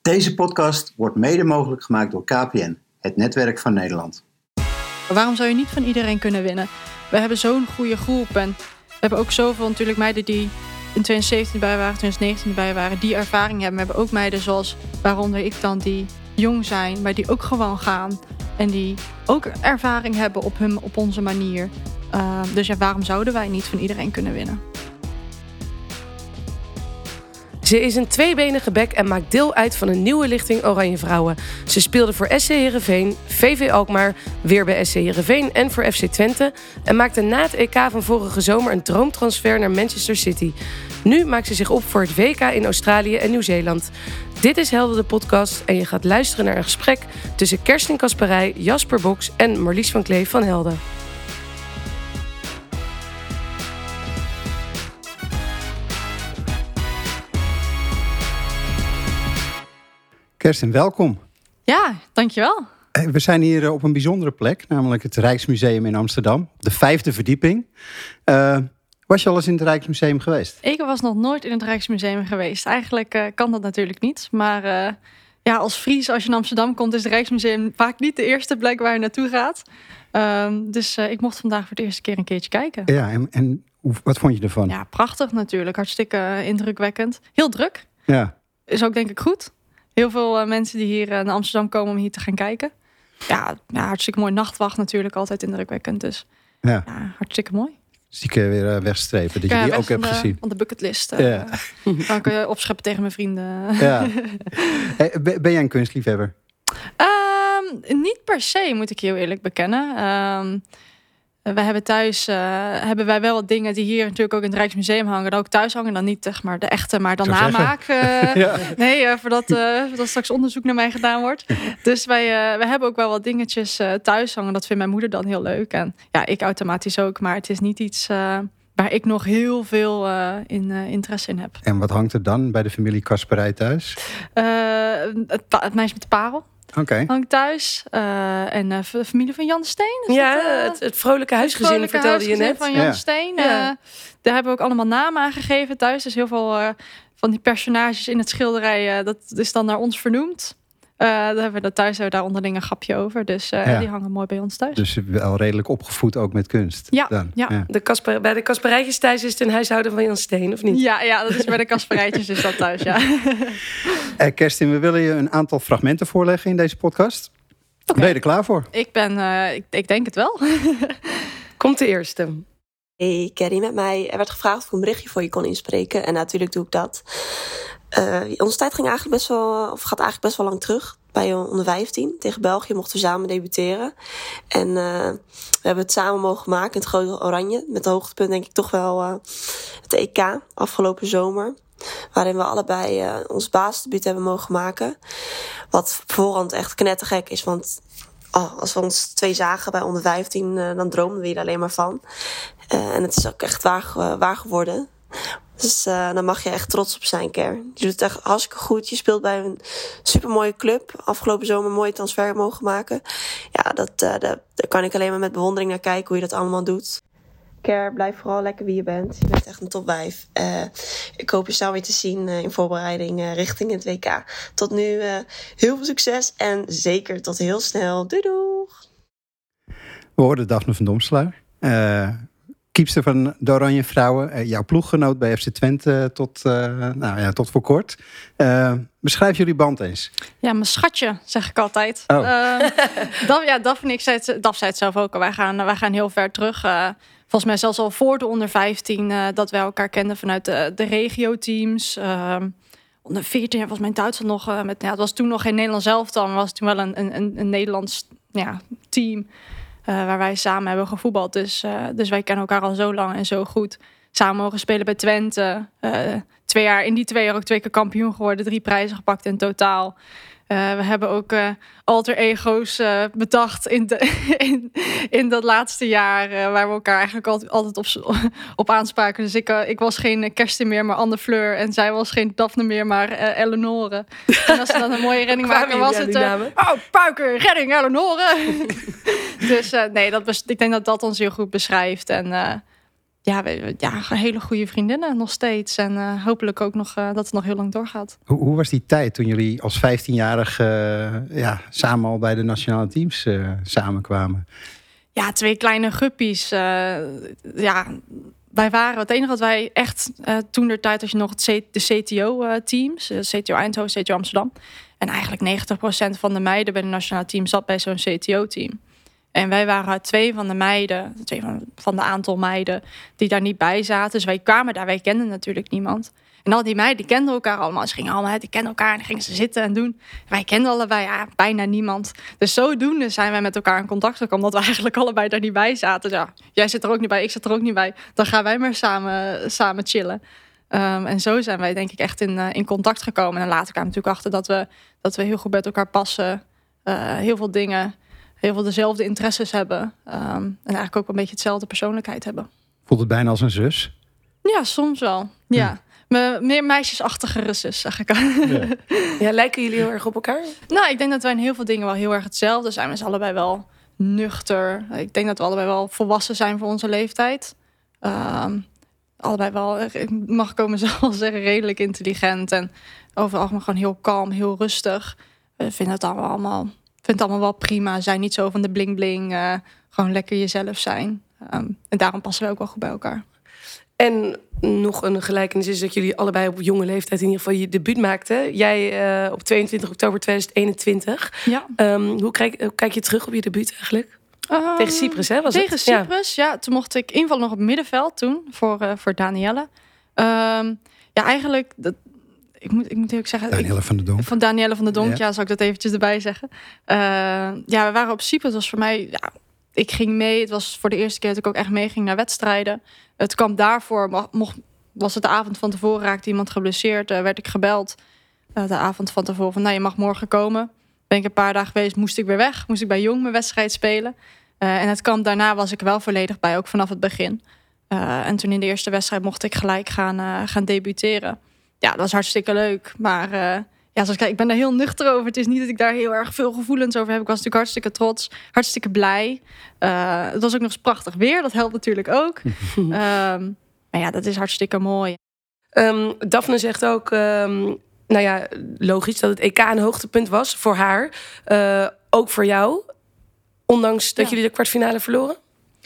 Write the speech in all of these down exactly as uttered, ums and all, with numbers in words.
Deze podcast wordt mede mogelijk gemaakt door K P N, het netwerk van Nederland. Waarom zou je niet van iedereen kunnen winnen? We hebben zo'n goede groep en we hebben ook zoveel natuurlijk meiden die in twintig zeventien bij waren, twintig negentien bij waren, die ervaring hebben. We hebben ook meiden zoals, waaronder ik dan, die jong zijn, maar die ook gewoon gaan. En die ook ervaring hebben op, hun, op onze manier. Uh, dus ja, waarom zouden wij niet van iedereen kunnen winnen? Ze is een tweebenige bek en maakt deel uit van een nieuwe lichting Oranje Vrouwen. Ze speelde voor S C Heerenveen, V V Alkmaar, weer bij S C Heerenveen en voor F C Twente. En maakte na het E K van vorige zomer een droomtransfer naar Manchester City. Nu maakt ze zich op voor het W K in Australië en Nieuw-Zeeland. Dit is Helden de podcast en je gaat luisteren naar een gesprek tussen Kerstin Kasperij, Jasper Boks en Marlies van Kleef van Helden. Kerstin, welkom. Ja, dankjewel. We zijn hier op een bijzondere plek, namelijk het Rijksmuseum in Amsterdam. De vijfde verdieping. Uh, was je al eens in het Rijksmuseum geweest? Ik was nog nooit in het Rijksmuseum geweest. Eigenlijk uh, kan dat natuurlijk niet. Maar uh, ja, als Fries, als je in Amsterdam komt, is het Rijksmuseum vaak niet de eerste plek waar je naartoe gaat. Uh, dus uh, ik mocht vandaag voor de eerste keer een keertje kijken. Ja, en, en wat vond je ervan? Ja, prachtig natuurlijk. Hartstikke uh, indrukwekkend. Heel druk. Ja. Is ook denk ik goed. Heel veel uh, mensen die hier uh, naar Amsterdam komen om hier te gaan kijken. Ja, ja, hartstikke mooi. Nachtwacht natuurlijk, altijd indrukwekkend. Dus ja, ja hartstikke mooi. Dus die kun je weer uh, wegstrepen, dat je ja, die ook hebt de, gezien. Van de bucketlist. Uh, ja. Kan ik uh, opscheppen tegen mijn vrienden. Ja. Hey, ben jij een kunstliefhebber? Um, niet per se, moet ik heel eerlijk bekennen. Um, We hebben thuis uh, hebben wij wel wat dingen die hier natuurlijk ook in het Rijksmuseum hangen. Dat ook thuis hangen. Dan niet zeg maar de echte, maar dan namaak. Uh, ja. Nee, uh, voordat, uh, voordat straks onderzoek naar mij gedaan wordt. Dus wij, uh, wij hebben ook wel wat dingetjes uh, thuis hangen. Dat vindt mijn moeder dan heel leuk. En ja, ik automatisch ook. Maar het is niet iets uh, waar ik nog heel veel uh, in, uh, interesse in heb. En wat hangt er dan bij de familie Kasperij thuis? Uh, het, pa- het meisje met de parel. Oké. Okay. Hang thuis. Uh, en uh, de familie van Jan de Steen. Is ja, het, uh, het, het vrolijke huisgezin het vertelde huisgezin je net. Van Jan ja. de Steen. Ja. Uh, daar hebben we ook allemaal namen aan gegeven thuis. Dus heel veel uh, van die personages in het schilderij, uh, dat is dan naar ons vernoemd. Uh, daar hebben we dat thuis, hebben we daar onderling een grapje over. Dus uh, ja. die hangen mooi bij ons thuis. Dus wel redelijk opgevoed ook met kunst. Ja. Dan. ja. ja. De Kasper, bij de Kasperijtjes thuis is het een huishouden van Jan Steen, of niet? Ja, ja, dat is bij de Kasperijtjes is dat thuis, ja. uh, Kerstin, we willen je een aantal fragmenten voorleggen in deze podcast. Okay. Ben je er klaar voor? Ik ben, uh, ik, ik denk het wel. Komt de eerste. Hey, Kerry met mij. Er werd gevraagd of ik een berichtje voor je kon inspreken. En natuurlijk doe ik dat. Uh, onze tijd ging eigenlijk best wel, of gaat eigenlijk best wel lang terug. Bij onder vijftien. Tegen België mochten we samen debuteren. En uh, we hebben het samen mogen maken in het Grote Oranje. Met de hoogtepunt denk ik toch wel uh, het E K afgelopen zomer. Waarin we allebei uh, ons basisdebuut hebben mogen maken. Wat op voorhand echt knettergek is. Want oh, als we ons twee zagen bij onder vijftien, uh, dan droomden we hier alleen maar van. Uh, en het is ook echt waar, uh, waar geworden. Dus uh, daar mag je echt trots op zijn, Ker. Je doet het echt hartstikke goed. Je speelt bij een supermooie club. Afgelopen zomer een mooie transfer mogen maken. Ja, dat, uh, dat, daar kan ik alleen maar met bewondering naar kijken hoe je dat allemaal doet. Ker, blijf vooral lekker wie je bent. Je bent echt een topwijf. Uh, ik hoop je snel weer te zien uh, in voorbereiding uh, richting het W K. Tot nu uh, heel veel succes en zeker tot heel snel. Doei doeg! We hoorden Daphne van Domselaar. Uh, Kiepster van de Oranje Vrouwen. Uh, jouw ploeggenoot bij F C Twente tot, uh, nou ja, tot voor kort. Uh, beschrijf jullie band eens. Ja, mijn schatje, zeg ik altijd. Oh. Uh, Daf, ja, Daphne, ik zei het, Daf zei het zelf ook. Wij gaan, wij gaan heel ver terug. Uh, volgens mij zelfs al voor de onder vijftien... Uh, dat wij elkaar kenden vanuit de, de regio-teams. Uh, onder veertien, ja, volgens mij in Duitsland nog... Uh, met, ja, het was toen nog geen Nederlands elftal, maar was toen wel een, een, een Nederlands ja, team... Uh, waar wij samen hebben gevoetbald. Dus, uh, dus wij kennen elkaar al zo lang en zo goed. Samen mogen spelen bij Twente. Uh, twee jaar, in die twee jaar ook twee keer kampioen geworden. Drie prijzen gepakt in totaal. Uh, we hebben ook uh, alter ego's uh, bedacht in, de, in, in dat laatste jaar. Uh, waar we elkaar eigenlijk altijd, altijd op, op aanspraken. Dus ik, uh, ik was geen Kerstin meer, maar Anne Fleur. En zij was geen Daphne meer, maar uh, Eleonore. En als ze dan een mooie redding maken, was het... Uh, oh, Puiker, redding, Eleonore! Dus uh, nee, dat bes- ik denk dat dat ons heel goed beschrijft. En uh, ja, we, ja, hele goede vriendinnen nog steeds. En uh, hopelijk ook nog uh, dat het nog heel lang doorgaat. Hoe, hoe was die tijd toen jullie als vijftienjarig uh, ja, samen al bij de nationale teams uh, samenkwamen? Ja, twee kleine guppies. Uh, ja, wij waren het enige wat wij echt uh, toen der tijd als je nog het C, de C T O-teams, uh, C T O Eindhoven, C T O Amsterdam. En eigenlijk negentig procent van de meiden bij de nationale team zat bij zo'n C T O-team. En wij waren twee van de meiden, twee van, van de aantal meiden die daar niet bij zaten. Dus wij kwamen daar, wij kenden natuurlijk niemand. En al die meiden die kenden elkaar allemaal. Ze gingen allemaal, die kenden elkaar en dan gingen ze zitten en doen. Wij kenden allebei ja, bijna niemand. Dus zodoende zijn wij met elkaar in contact gekomen, omdat we eigenlijk allebei daar niet bij zaten. Ja, jij zit er ook niet bij, ik zit er ook niet bij. Dan gaan wij maar samen, samen chillen. Um, en zo zijn wij denk ik echt in, uh, in contact gekomen. En later kwamen we natuurlijk achter dat we, dat we heel goed met elkaar passen. Uh, heel veel dingen, heel veel dezelfde interesses hebben. Um, en eigenlijk ook een beetje hetzelfde persoonlijkheid hebben. Voelt het bijna als een zus? Ja, soms wel. Ja. Hm. Me, meer meisjesachtige zus, zeg ik. Ja. Ja, lijken jullie heel erg op elkaar? Nou, ik denk dat wij in heel veel dingen wel heel erg hetzelfde zijn. We zijn allebei wel nuchter. Ik denk dat we allebei wel volwassen zijn voor onze leeftijd. Um, allebei wel, mag ik ook mezelf wel zeggen, redelijk intelligent. En overal gewoon heel kalm, heel rustig. We vinden het allemaal, vinden het allemaal wel prima. Zijn niet zo van de bling bling. Uh, gewoon lekker jezelf zijn. Um, en daarom passen we ook wel goed bij elkaar. En nog een gelijkenis is dat jullie allebei op jonge leeftijd in ieder geval je debuut maakten. Jij uh, op tweeëntwintig oktober tweeduizend eenentwintig. Ja. Um, hoe, kijk, hoe kijk je terug op je debuut eigenlijk? Um, tegen Cyprus, hè? Was tegen het? Cyprus, ja. ja. Toen mocht ik invallen nog op het middenveld toen voor, uh, voor Danielle. Um, ja, eigenlijk... Dat, ik, moet, ik moet eerlijk zeggen... Danielle ik, van der Donk. Van Danielle van der Donk, ja. ja. Zal ik dat eventjes erbij zeggen. Uh, ja, we waren op Cyprus. Dat was voor mij... Ja, ik ging mee. Het was voor de eerste keer dat ik ook echt mee ging naar wedstrijden. Het kwam daarvoor... Mocht, was het de avond van tevoren, raakte iemand geblesseerd. Uh, werd ik gebeld uh, de avond van tevoren van... Nou, je mag morgen komen. Ben ik een paar dagen geweest, moest ik weer weg. Moest ik bij Jong mijn wedstrijd spelen. Uh, en het kamp daarna was ik wel volledig bij, ook vanaf het begin. Uh, en toen in de eerste wedstrijd mocht ik gelijk gaan, uh, gaan debuteren. Ja, dat was hartstikke leuk. Maar uh, ja, zoals ik, ik ben daar heel nuchter over. Het is niet dat ik daar heel erg veel gevoelens over heb. Ik was natuurlijk hartstikke trots, hartstikke blij. Uh, het was ook nog eens prachtig weer, dat helpt natuurlijk ook. um, maar ja, dat is hartstikke mooi. Um, Daphne zegt ook... Um... Nou ja, logisch dat het E K een hoogtepunt was voor haar. Uh, ook voor jou. Ondanks dat ja. jullie de kwartfinale verloren?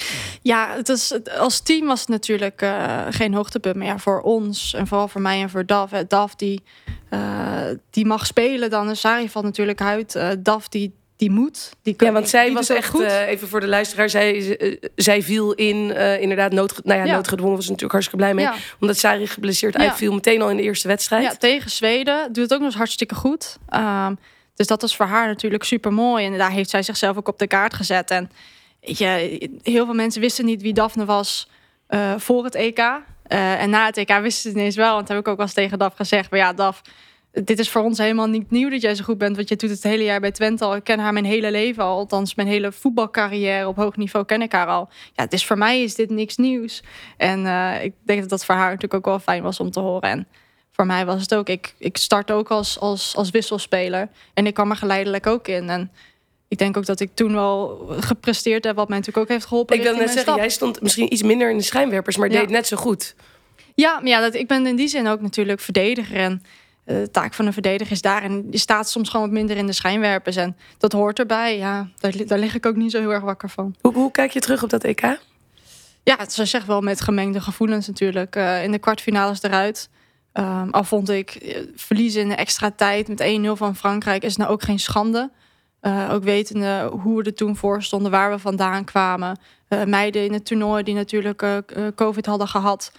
Ja, het is, als team was het natuurlijk uh, geen hoogtepunt. Maar ja, voor ons en vooral voor mij en voor Daf. Hè, Daf die, uh, die mag spelen dan. Sari valt natuurlijk uit. Uh, Daf die, die moet. Die kan, ja, want zij die was echt, uh, even voor de luisteraar... Zij, uh, zij viel in, uh, inderdaad, noodge- nou ja, ja. noodgedwongen was natuurlijk hartstikke blij mee. Ja. Omdat Sari geblesseerd ja. uitviel, meteen al in de eerste wedstrijd. Ja, tegen Zweden. Doet het ook nog eens hartstikke goed. Um, dus dat was voor haar natuurlijk super mooi. En daar heeft zij zichzelf ook op de kaart gezet. En weet je, heel veel mensen wisten niet wie Daphne was uh, voor het E K. Uh, en na het E K wisten ze het ineens wel. Want dat heb ik ook wel eens tegen Daf gezegd. Maar ja, Daf, dit is voor ons helemaal niet nieuw dat jij zo goed bent. Want je doet het hele jaar bij Twente al. Ik ken haar mijn hele leven al. Althans, mijn hele voetbalcarrière op hoog niveau ken ik haar al. Ja, dus voor mij is dit niks nieuws. En uh, ik denk dat dat voor haar natuurlijk ook wel fijn was om te horen. En voor mij was het ook. Ik, ik start ook als, als, als wisselspeler. En ik kwam er geleidelijk ook in. En ik denk ook dat ik toen wel gepresteerd heb, wat mij natuurlijk ook heeft geholpen. Ik wil net zeggen, stap. Jij stond misschien iets minder in de schijnwerpers, maar ja. deed net zo goed. Ja, maar ja, dat, ik ben in die zin ook natuurlijk verdediger. En de taak van een verdediger is daar. En je staat soms gewoon wat minder in de schijnwerpers. En dat hoort erbij. Ja, daar, daar lig ik ook niet zo heel erg wakker van. Hoe, hoe kijk je terug op dat E K? Ja, het is echt wel met gemengde gevoelens natuurlijk. Uh, in de kwartfinales eruit. Um, al vond ik uh, verliezen in de extra tijd met één nul van Frankrijk is nou ook geen schande. Uh, ook wetende hoe we er toen voor stonden, waar we vandaan kwamen. Uh, meiden in het toernooi die natuurlijk uh, COVID hadden gehad.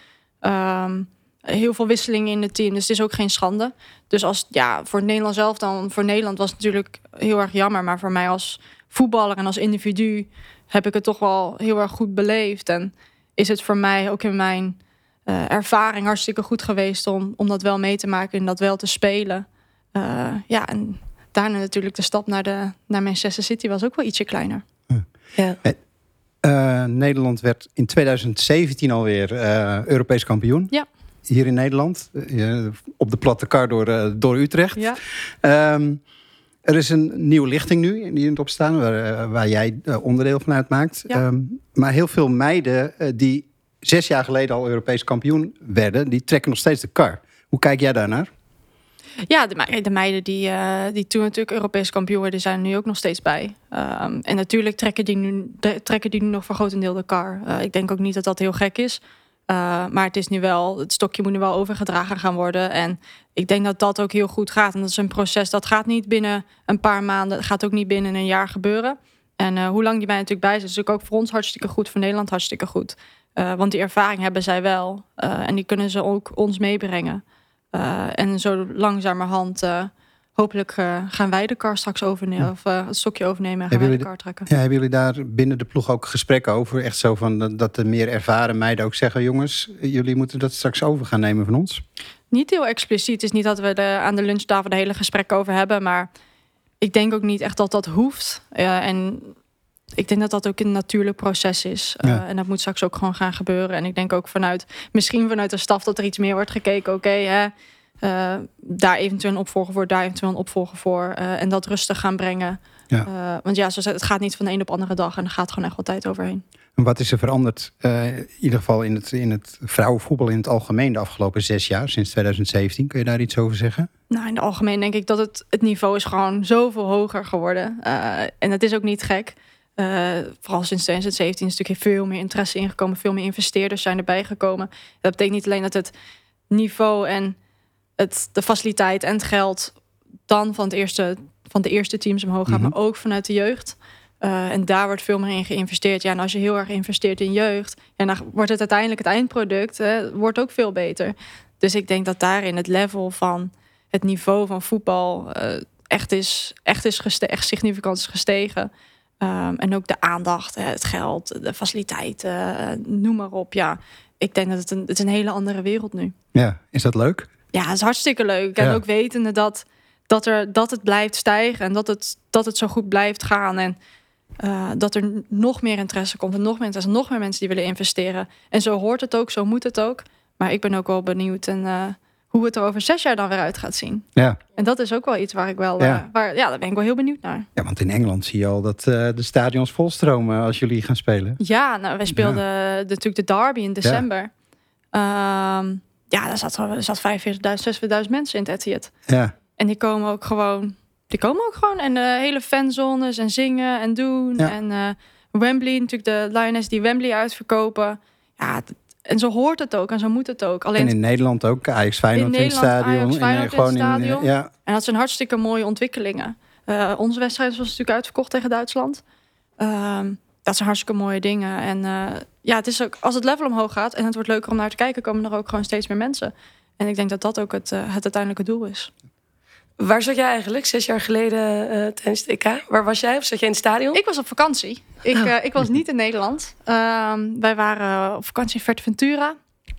Um, heel veel wisselingen in het team, dus het is ook geen schande. Dus als, ja, voor Nederland zelf dan, voor Nederland was het natuurlijk heel erg jammer. Maar voor mij als voetballer en als individu heb ik het toch wel heel erg goed beleefd. En is het voor mij ook in mijn uh, ervaring hartstikke goed geweest om, om dat wel mee te maken en dat wel te spelen. Uh, ja, en daarna natuurlijk de stap naar, de, naar Manchester City was ook wel ietsje kleiner. Ja. Uh, Nederland werd in tweeduizend zeventien alweer uh, Europees kampioen. Ja. Hier in Nederland. Uh, op de platte kar door, uh, door Utrecht. Ja. Um, er is een nieuwe lichting nu die in het opstaan, waar, uh, waar jij uh, onderdeel van uitmaakt. Ja. Um, maar heel veel meiden uh, die zes jaar geleden al Europees kampioen werden, die trekken nog steeds de kar. Hoe kijk jij daarnaar? Ja, de, me- de meiden die, uh, die toen natuurlijk Europees kampioen werden, zijn er nu ook nog steeds bij. Um, en natuurlijk trekken die, nu, de, trekken die nu nog voor grotendeel de kar. Uh, ik denk ook niet dat dat heel gek is. Uh, maar het is nu wel, het stokje moet nu wel overgedragen gaan worden. En ik denk dat dat ook heel goed gaat. En dat is een proces, dat gaat niet binnen een paar maanden. Dat gaat ook niet binnen een jaar gebeuren. En uh, hoe lang die bij natuurlijk bij zijn, is natuurlijk ook voor ons hartstikke goed, voor Nederland hartstikke goed. Uh, want die ervaring hebben zij wel. Uh, en die kunnen ze ook ons meebrengen. Uh, en zo langzamerhand, uh, hopelijk uh, gaan wij de kar straks overnemen. Ja. Of uh, het stokje overnemen en gaan wij de kar trekken. Ja, hebben jullie daar binnen de ploeg ook gesprekken over? Echt zo van dat de meer ervaren meiden ook zeggen, jongens, jullie moeten dat straks over gaan nemen van ons? Niet heel expliciet. Het is niet dat we de, aan de lunchtafel de hele gesprek over hebben. Maar ik denk ook niet echt dat dat hoeft. Uh, en ik denk dat dat ook een natuurlijk proces is. Uh, ja. En dat moet straks ook gewoon gaan gebeuren. En ik denk ook vanuit, misschien vanuit de staf, dat er iets meer wordt gekeken. Oké, okay, hè, uh, daar eventueel een opvolger voor, daar eventueel een opvolger voor. Uh, en dat rustig gaan brengen. Ja. Uh, want ja, zoals het gaat niet van de een op de andere dag. En er gaat gewoon echt wel tijd overheen. En wat is er veranderd, uh, in ieder geval in het, in het vrouwenvoetbal in het algemeen de afgelopen zes jaar, sinds twintig zeventien? Kun je daar iets over zeggen? Nou, in het algemeen denk ik dat het, het niveau is gewoon zoveel hoger geworden. Uh, en dat is ook niet gek. Uh, vooral sinds twintig zeventien is natuurlijk veel meer interesse ingekomen. Veel meer investeerders zijn erbij gekomen. Dat betekent niet alleen dat het niveau en het, de faciliteit en het geld dan van, het eerste, van de eerste teams omhoog gaat, mm-hmm. maar ook vanuit de jeugd. Uh, en daar wordt veel meer in geïnvesteerd. Ja, en als je heel erg investeert in jeugd, ja, dan wordt het uiteindelijk het eindproduct hè, wordt ook veel beter. Dus ik denk dat daarin het level van het niveau van voetbal uh, echt is, echt is geste- echt significant is gestegen. Um, en ook de aandacht, het geld, de faciliteiten, uh, noem maar op. Ja, ik denk dat het een, het is een hele andere wereld nu. Ja, is dat leuk? Ja, het is hartstikke leuk. En ja. ook wetende dat, dat, er, dat het blijft stijgen en dat het, dat het zo goed blijft gaan. En uh, dat er nog meer interesse komt en nog meer interesse, nog meer mensen die willen investeren. En zo hoort het ook, zo moet het ook. Maar ik ben ook wel benieuwd en uh, hoe het er over zes jaar dan weer uit gaat zien. Ja. En dat is ook wel iets waar ik wel, ja. Uh, waar, ja, daar ben ik wel heel benieuwd naar. Ja, want in Engeland zie je al dat uh, de stadions volstromen als jullie gaan spelen. Ja, nou, wij speelden ja. de, natuurlijk de derby in december. Ja, um, ja daar zat, er zat vijfenveertigduizend, zesenzestigduizend mensen in het Etihad. Ja. En die komen ook gewoon, die komen ook gewoon en de hele fanzones en zingen en doen. Ja. En uh, Wembley, natuurlijk de Lioness die Wembley uitverkopen. Ja, en zo hoort het ook en zo moet het ook. Alleen en in Nederland ook, Ajax Feyenoord in, in het stadion. Ajax Feyenoord in het stadion. In, ja. En dat zijn hartstikke mooie ontwikkelingen. Uh, onze wedstrijd was natuurlijk uitverkocht tegen Duitsland. Uh, dat zijn hartstikke mooie dingen. En uh, ja, het is ook, als het level omhoog gaat en het wordt leuker om naar te kijken, komen er ook gewoon steeds meer mensen. En ik denk dat dat ook het, uh, het uiteindelijke doel is. Waar zat jij eigenlijk zes jaar geleden uh, tijdens het E K? Waar was jij? Of zat jij in het stadion? Ik was op vakantie. Ik, uh, ik was niet in Nederland. Uh, wij waren op vakantie in Fuerteventura.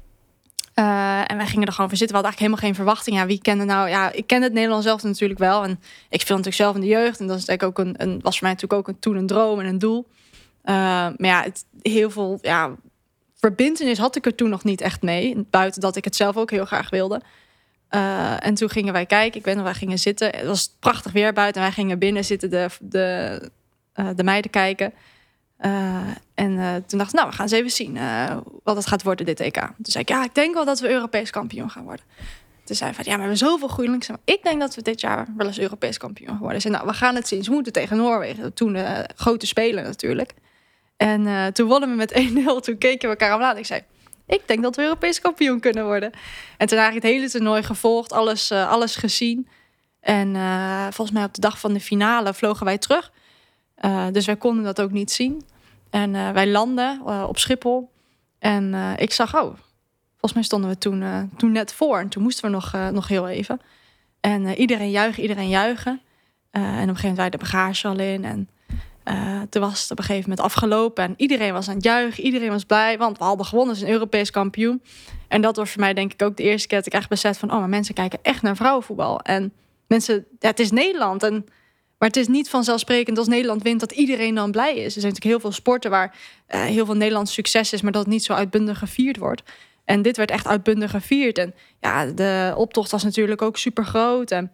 Uh, en wij gingen er gewoon voor zitten. We hadden eigenlijk helemaal geen verwachting. Ja, wie kende nou? Ja, ik ken het Nederlands zelf natuurlijk wel. En ik speel natuurlijk zelf in de jeugd. En dat is eigenlijk ook een, een, was voor mij natuurlijk ook een, toen een droom en een doel. Uh, maar ja, het, heel veel ja, verbintenis had ik er toen nog niet echt mee. Buiten dat ik het zelf ook heel graag wilde. Uh, en toen gingen wij kijken. Ik weet nog, wij gingen zitten. Het was prachtig weer buiten. En wij gingen binnen zitten de, de, uh, de meiden kijken. Uh, en uh, toen dacht ik, nou, we gaan eens even zien uh, wat het gaat worden, dit E K. Toen zei ik, ja, ik denk wel dat we Europees kampioen gaan worden. Toen zei hij van, ja, maar we hebben zoveel GroenLinks. Maar ik denk dat we dit jaar wel eens Europees kampioen gaan worden. Ik zei, nou, we gaan het zien. Ze moeten tegen Noorwegen. Toen uh, grote spelen natuurlijk. En uh, toen wonnen we met één nul. Toen keken we elkaar aan. Ik zei, ik denk dat we Europees kampioen kunnen worden. En toen eigenlijk het hele toernooi gevolgd. Alles, uh, alles gezien. En uh, volgens mij op de dag van de finale vlogen wij terug. Uh, dus wij konden dat ook niet zien. En uh, wij landden uh, op Schiphol. En uh, ik zag, oh, volgens mij stonden we toen, uh, toen net voor. En toen moesten we nog, uh, nog heel even. En uh, iedereen juichen, iedereen juichen. Uh, en op een gegeven moment wij de bagage al in. En uh, toen was het op een gegeven moment afgelopen. En iedereen was aan het juichen, iedereen was blij. Want we hadden gewonnen, dus een Europees kampioen. En dat was voor mij denk ik ook de eerste keer dat ik echt besef van, oh, maar mensen kijken echt naar vrouwenvoetbal. En mensen, ja, het is Nederland. En maar het is niet vanzelfsprekend als Nederland wint dat iedereen dan blij is. Er zijn natuurlijk heel veel sporten waar uh, heel veel Nederlands succes is, maar dat het niet zo uitbundig gevierd wordt. En dit werd echt uitbundig gevierd. En ja, de optocht was natuurlijk ook super groot. En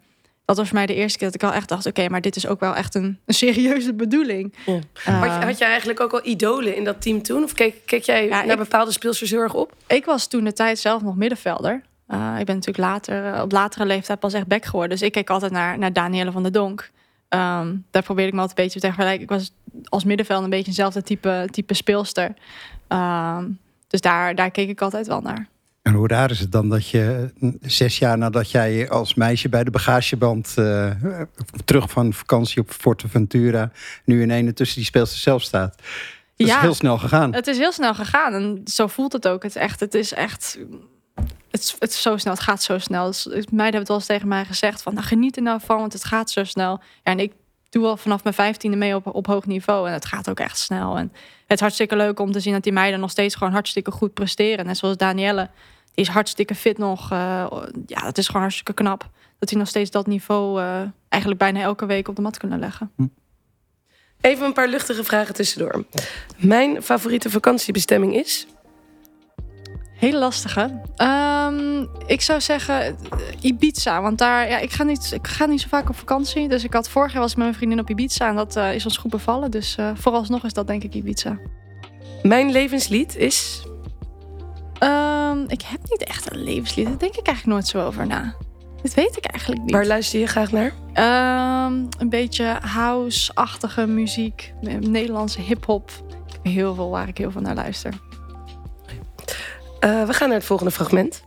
dat was voor mij de eerste keer dat ik al echt dacht... oké, okay, maar dit is ook wel echt een, een serieuze bedoeling. Ja. Uh, had, je, had jij eigenlijk ook al idolen in dat team toen? Of keek, keek jij ja, naar ik, bepaalde speelsters heel erg op? Ik was toen de tijd zelf nog middenvelder. Uh, ik ben natuurlijk later, uh, op latere leeftijd pas echt back geworden. Dus ik keek altijd naar, naar Danielle van der Donk. Um, daar probeerde ik me altijd een beetje te vergelijken. Ik was als middenvelder een beetje eenzelfde type, type speelster. Um, dus daar, daar keek ik altijd wel naar. En hoe raar is het dan dat je zes jaar nadat jij als meisje bij de bagageband uh, terug van vakantie op Forteventura nu in ene tussen die speelsters zelf staat? Dat ja, is heel snel gegaan. Het is heel snel gegaan en zo voelt het ook. Het is echt, het is echt, het is, het is zo snel. Het gaat zo snel. Dus, meiden hebben het wel eens tegen mij gezegd van, nou, geniet er nou van, want het gaat zo snel. Ja, en ik doe al vanaf mijn vijftiende mee op, op hoog niveau en het gaat ook echt snel. En het is hartstikke leuk om te zien dat die meiden nog steeds gewoon hartstikke goed presteren. Net zoals Danielle. Die is hartstikke fit nog. Uh, ja, dat is gewoon hartstikke knap. Dat hij nog steeds dat niveau uh, eigenlijk bijna elke week op de mat kunnen leggen. Hm. Even een paar luchtige vragen tussendoor. Mijn favoriete vakantiebestemming is? Hele lastige. Um, ik zou zeggen Ibiza. Want daar, ja, ik ga, niet, ik ga niet zo vaak op vakantie. Dus ik had vorig jaar was ik met mijn vriendin op Ibiza. En dat uh, is ons goed bevallen. Dus uh, vooralsnog is dat denk ik Ibiza. Mijn levenslied is? Um, ik heb niet echt een levenslied. Daar denk ik eigenlijk nooit zo over na. Dit weet ik eigenlijk niet. Waar luister je graag naar? Um, een beetje house-achtige muziek. Nederlandse hip-hop. Ik heb heel veel waar ik heel veel naar luister. Uh, we gaan naar het volgende fragment.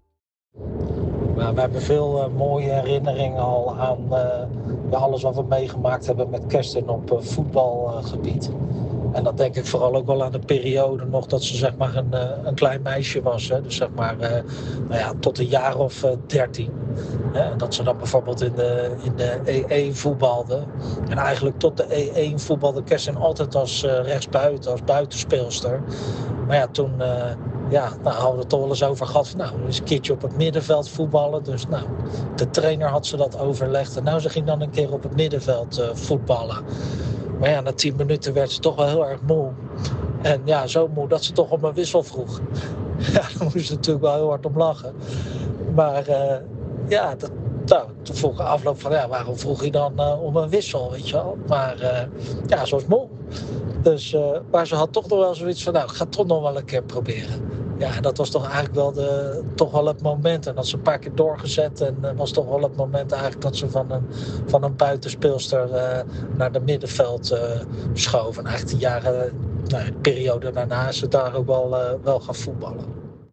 Nou, we hebben veel uh, mooie herinneringen al aan uh, alles wat we meegemaakt hebben met Kerstin op uh, voetbalgebied. Uh, En dat denk ik vooral ook wel aan de periode nog dat ze zeg maar een, een klein meisje was. Hè? Dus zeg maar uh, nou ja, tot een jaar of dertien. Uh, dat ze dan bijvoorbeeld in de, in de E één voetbalde. En eigenlijk tot de E één voetbalde Kerstin altijd als uh, rechtsbuiten, als buitenspeelster. Maar ja, toen uh, ja, nou, hadden we het toch wel eens over gehad. Van, nou, eens een keertje op het middenveld voetballen. Dus nou, de trainer had ze dat overlegd. En nou, ze ging dan een keer op het middenveld uh, voetballen. Maar ja, na tien minuten werd ze toch wel heel erg moe. En ja, zo moe dat ze toch om een wissel vroeg. Ja, daar moest ze natuurlijk wel heel hard om lachen. Maar uh, ja, dat, nou, toen vroeg ik afloop van, ja, waarom vroeg je dan uh, om een wissel, weet je wel? Maar uh, ja, ze was moe. Dus, uh, maar ze had toch nog wel zoiets van, nou, ik ga het toch nog wel een keer proberen. Ja, dat was toch eigenlijk wel, de, toch wel het moment. En dat ze een paar keer doorgezet. En dat uh, was toch wel het moment eigenlijk dat ze van een, van een buitenspeelster uh, naar de middenveld uh, schoof. En eigenlijk de jaren, nou, de periode daarna is ze daar ook wel, uh, wel gaan voetballen.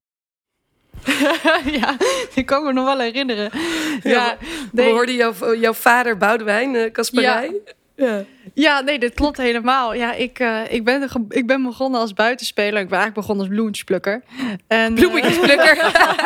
Ja, die kan ik me nog wel herinneren. Ja, ja, nee. We hoorden jouw, jouw vader Boudewijn, Kasperij. Ja. Ja. ja, nee, dit klopt helemaal. Ja, ik, uh, ik, ben, ge- ik ben begonnen als buitenspeler. Ik ben eigenlijk begonnen als bloemetjesplukker. En, Bloemetjesplukker.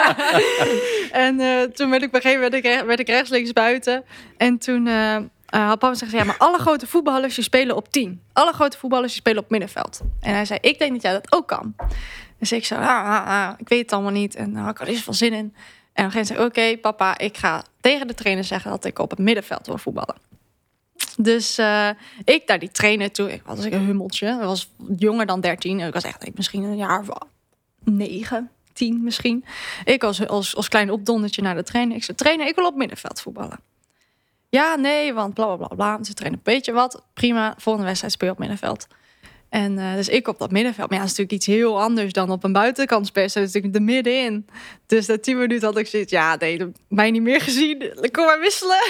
Uh, en uh, toen werd ik op een gegeven moment werd ik, werd ik rechts links buiten. En toen uh, uh, had papa gezegd, ja, maar alle grote voetballers die spelen op tien. Alle grote voetballers die spelen op middenveld. En hij zei, ik denk dat jij dat ook kan. Dus ik zei, ah, ah, ah, ik weet het allemaal niet. En nou, ik had er eens veel zin in. En op een gegeven moment zei ik, oké, okay, papa, ik ga tegen de trainer zeggen dat ik op het middenveld wil voetballen. Dus uh, ik naar die trainer toe. Ik was een hummeltje. Ik was jonger dan dertien. Ik was echt ik, misschien een jaar of negen, tien misschien. Ik was als, als klein opdondertje naar de trainer. Ik zei, trainer, ik wil op middenveld voetballen. Ja, nee, want bla, bla, bla, bla. Ze trainen, weet je wat? Prima, volgende wedstrijd speel je op middenveld. En uh, dus ik op dat middenveld. Maar ja, dat is natuurlijk iets heel anders dan op een buitenkant spelen. Dat is natuurlijk er middenin. Dus na tien minuten had ik zoiets. Ja, nee, mij niet meer gezien. Kom maar wisselen.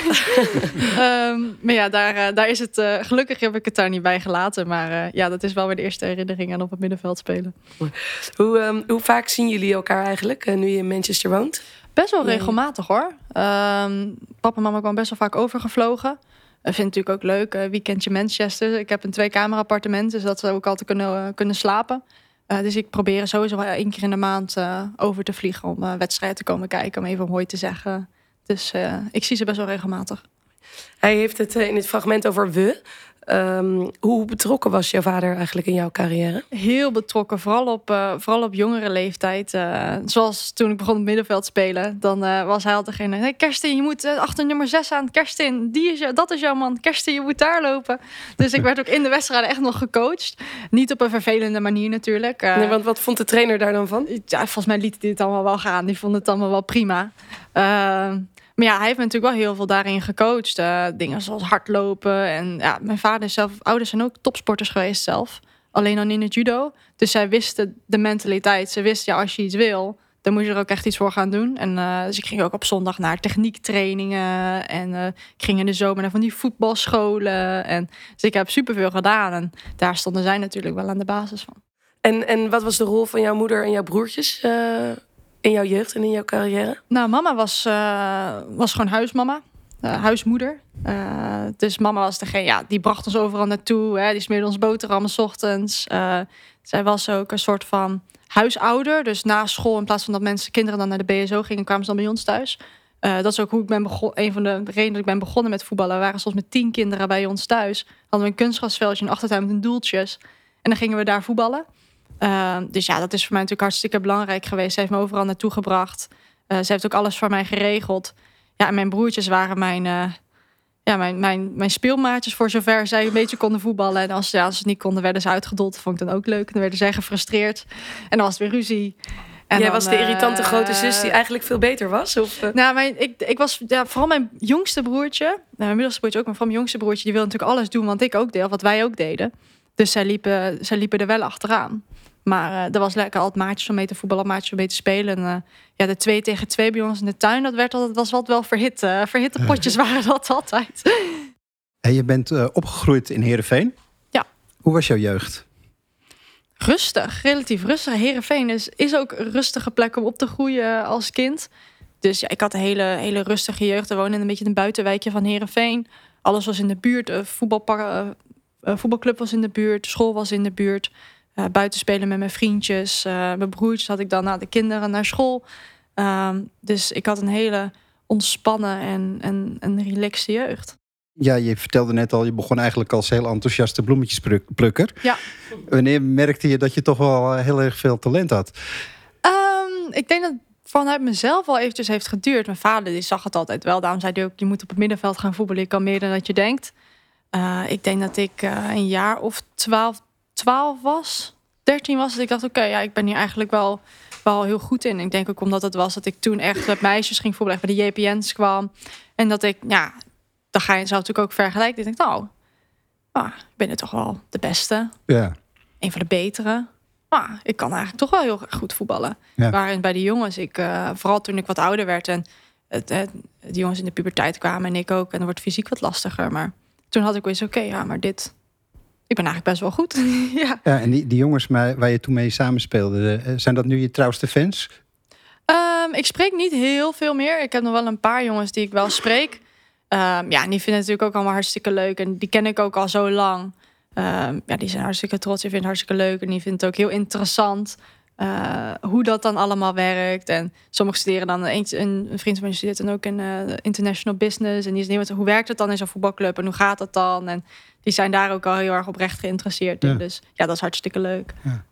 um, maar ja, daar, uh, daar is het... Uh, gelukkig heb ik het daar niet bij gelaten. Maar uh, ja, dat is wel weer de eerste herinnering aan op het middenveld spelen. Hoe, um, hoe vaak zien jullie elkaar eigenlijk, uh, nu je in Manchester woont? Best wel regelmatig, hoor. Um, papa en mama kwamen best wel vaak overgevlogen. Ik vind het natuurlijk ook leuk, uh, weekendje Manchester. Ik heb een twee-kamer appartement, dus dat we ook altijd kunnen, uh, kunnen slapen. Uh, dus ik probeer sowieso wel één keer in de maand uh, over te vliegen... om uh, wedstrijden te komen kijken, om even hoi te zeggen. Dus uh, ik zie ze best wel regelmatig. Hij heeft het uh, in het fragment over we. Um, hoe betrokken was jouw vader eigenlijk in jouw carrière? Heel betrokken, vooral op, uh, vooral op jongere leeftijd. Uh, zoals toen ik begon op het middenveld spelen. Dan uh, was hij altijd degene... Hey, Kerstin, je moet uh, achter nummer zes aan. Kerstin, die is jou, dat is jouw man. Kerstin, je moet daar lopen. Dus ik werd ook in de wedstrijden echt nog gecoacht. Niet op een vervelende manier natuurlijk. Uh, nee, want wat vond de trainer daar dan van? Ja, volgens mij liet hij het allemaal wel gaan. Die vond het allemaal wel prima. Uh, Maar ja, hij heeft me natuurlijk wel heel veel daarin gecoacht. Uh, dingen zoals hardlopen. En ja, mijn vader is zelf, ouders zijn ook topsporters geweest zelf. Alleen dan in het judo. Dus zij wisten de mentaliteit. Ze wisten, ja, als je iets wil, dan moet je er ook echt iets voor gaan doen. En uh, dus ik ging ook op zondag naar techniektrainingen. En uh, ik ging in de zomer naar van die voetbalscholen. En, dus ik heb superveel gedaan. En daar stonden zij natuurlijk wel aan de basis van. En, en wat was de rol van jouw moeder en jouw broertjes uh, in jouw jeugd en in jouw carrière? Nou, mama was, uh, was gewoon huismama. Uh, huismoeder. Uh, dus mama was degene, ja, die bracht ons overal naartoe. Hè, die smeerde ons boterhammen 's ochtends. Uh, zij was ook een soort van huisouder. Dus na school, in plaats van dat mensen, kinderen dan naar de B S O gingen, kwamen ze dan bij ons thuis. Uh, dat is ook hoe ik ben begonnen. Een van de redenen dat ik ben begonnen met voetballen. We waren soms met tien kinderen bij ons thuis. Hadden we een kunstgrasveldje, een achtertuin met een doeltjes. En dan gingen we daar voetballen. Uh, dus ja, dat is voor mij natuurlijk hartstikke belangrijk geweest. Ze heeft me overal naartoe gebracht. Uh, ze heeft ook alles voor mij geregeld. Ja, en mijn broertjes waren mijn, uh, ja, mijn, mijn, mijn speelmaatjes voor zover zij een beetje konden voetballen. En als, ja, als ze het niet konden, werden ze uitgedold. Dat vond ik dan ook leuk. Dan werden zij gefrustreerd. En dan was het weer ruzie. En Jij dan, was de irritante uh, grote zus die eigenlijk veel beter was? Of, uh? Nou, mijn, ik, ik was ja, vooral mijn jongste broertje. Nou, mijn middelste broertje ook, maar vooral mijn jongste broertje. Die wilde natuurlijk alles doen wat ik ook deed, of wat wij ook deden. Dus zij liepen, zij liepen er wel achteraan. Maar uh, er was lekker altijd maatjes om mee te voetballen, maatjes om mee te spelen. En, uh, ja, de twee tegen twee bij ons in de tuin, dat werd altijd, was wat wel verhit. Uh, verhitte potjes waren dat altijd. En je bent uh, opgegroeid in Heerenveen. Ja. Hoe was jouw jeugd? Rustig, relatief rustig. Heerenveen is, is ook een rustige plek om op te groeien als kind. Dus ja, ik had een hele, hele rustige jeugd. We woonden in een beetje een buitenwijkje van Heerenveen. Alles was in de buurt. Uh, voetbalpark, uh, uh, voetbalclub was in de buurt. School was in de buurt. Uh, buiten spelen met mijn vriendjes. Uh, mijn broertjes had ik dan na de kinderen naar school. Um, dus ik had een hele ontspannen en, en, en relaxe jeugd. Ja, je vertelde net al, je begon eigenlijk als heel enthousiaste bloemetjesplukker. Ja. Wanneer merkte je dat je toch wel heel erg veel talent had? Um, ik denk dat het vanuit mezelf al eventjes heeft geduurd. Mijn vader die zag het altijd wel. Daarom zei hij ook, je moet op het middenveld gaan voetballen. Je kan meer dan dat je denkt. Uh, ik denk dat ik uh, een jaar of twaalf, twaalf was. dertien was. Dat ik dacht, oké, okay, ja, ik ben hier eigenlijk wel, wel heel goed in. Ik denk ook omdat het was dat ik toen echt met meisjes ging voetballen. Echt bij de J P N's kwam. En dat ik, ja, dan ga je zelf natuurlijk ook vergelijken. Ik denk, nou, ah, ik ben er toch wel de beste. Ja. Een van de betere. Ah, ik kan eigenlijk toch wel heel erg goed voetballen. Ja. Waarin bij de jongens, ik, uh, vooral toen ik wat ouder werd en het, het, de jongens in de puberteit kwamen en ik ook. En dan wordt fysiek wat lastiger. Maar toen had ik wel eens, oké, okay, ja, maar dit, ik ben eigenlijk best wel goed. ja. Ja, en die, die jongens waar je toen mee samenspeelde, zijn dat nu je trouwste fans? Um, ik spreek niet heel veel meer. Ik heb nog wel een paar jongens die ik wel spreek. Um, ja, en die vinden het natuurlijk ook allemaal hartstikke leuk. En die ken ik ook al zo lang. Um, ja, die zijn hartstikke trots. Die vinden het hartstikke leuk. En die vinden het ook heel interessant uh, hoe dat dan allemaal werkt. En sommigen studeren dan... Een, een vriend van mij studeert dan ook in uh, international business. En die is niet met hoe werkt het dan in zo'n voetbalclub? En hoe gaat dat dan? En die zijn daar ook al heel erg oprecht geïnteresseerd in. Ja. Dus ja, dat is hartstikke leuk. Ja.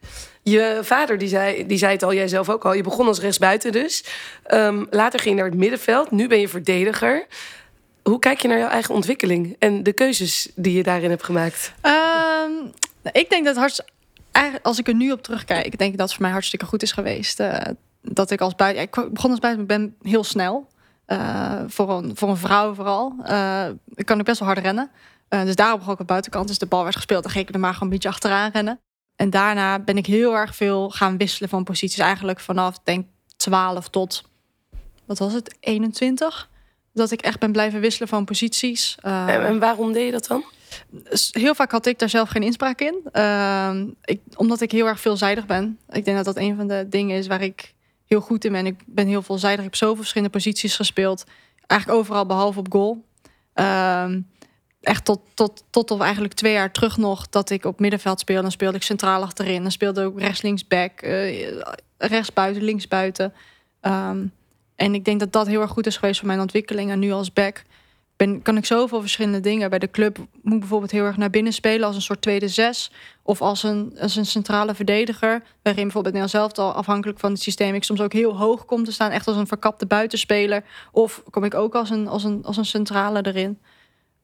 Je vader, die zei, die zei het al, jij zelf ook al. Je begon als rechtsbuiten dus. Um, later ging je naar het middenveld. Nu ben je verdediger. Hoe kijk je naar jouw eigen ontwikkeling en de keuzes die je daarin hebt gemaakt? Um, ik denk dat hartst, als ik er nu op terugkijk, ik denk dat het voor mij hartstikke goed is geweest. Uh, dat ik als buiten, ik begon als buiten, ik ben heel snel. Uh, voor, een, voor een vrouw vooral. Uh, ik kan ook best wel hard rennen. Uh, dus daarop begon ik op buitenkant. Dus de bal werd gespeeld, dan ging ik er maar gewoon een beetje achteraan rennen. En daarna ben ik heel erg veel gaan wisselen van posities. Eigenlijk vanaf, denk twaalf tot, wat was het, eenentwintig. Dat ik echt ben blijven wisselen van posities. Uh, en, en waarom deed je dat dan? Heel vaak had ik daar zelf geen inspraak in. Uh, ik, omdat ik heel erg veelzijdig ben. Ik denk dat dat een van de dingen is waar ik heel goed in ben. Ik ben heel veelzijdig. Ik heb zoveel verschillende posities gespeeld. Eigenlijk overal behalve op goal. Uh, echt tot, tot, tot of eigenlijk twee jaar terug nog dat ik op middenveld speelde. Dan speelde ik centraal achterin. Dan speelde ik ook rechts, links, back. Uh, rechts buiten, links buiten. Um, En ik denk dat dat heel erg goed is geweest voor mijn ontwikkeling. En nu als back ben, kan ik zoveel verschillende dingen. Bij de club moet ik bijvoorbeeld heel erg naar binnen spelen als een soort tweede zes. Of als een, als een centrale verdediger. Waarin bijvoorbeeld Nederland zelf al afhankelijk van het systeem ik soms ook heel hoog kom te staan. Echt als een verkapte buitenspeler. Of kom ik ook als een, als een, als een centrale erin.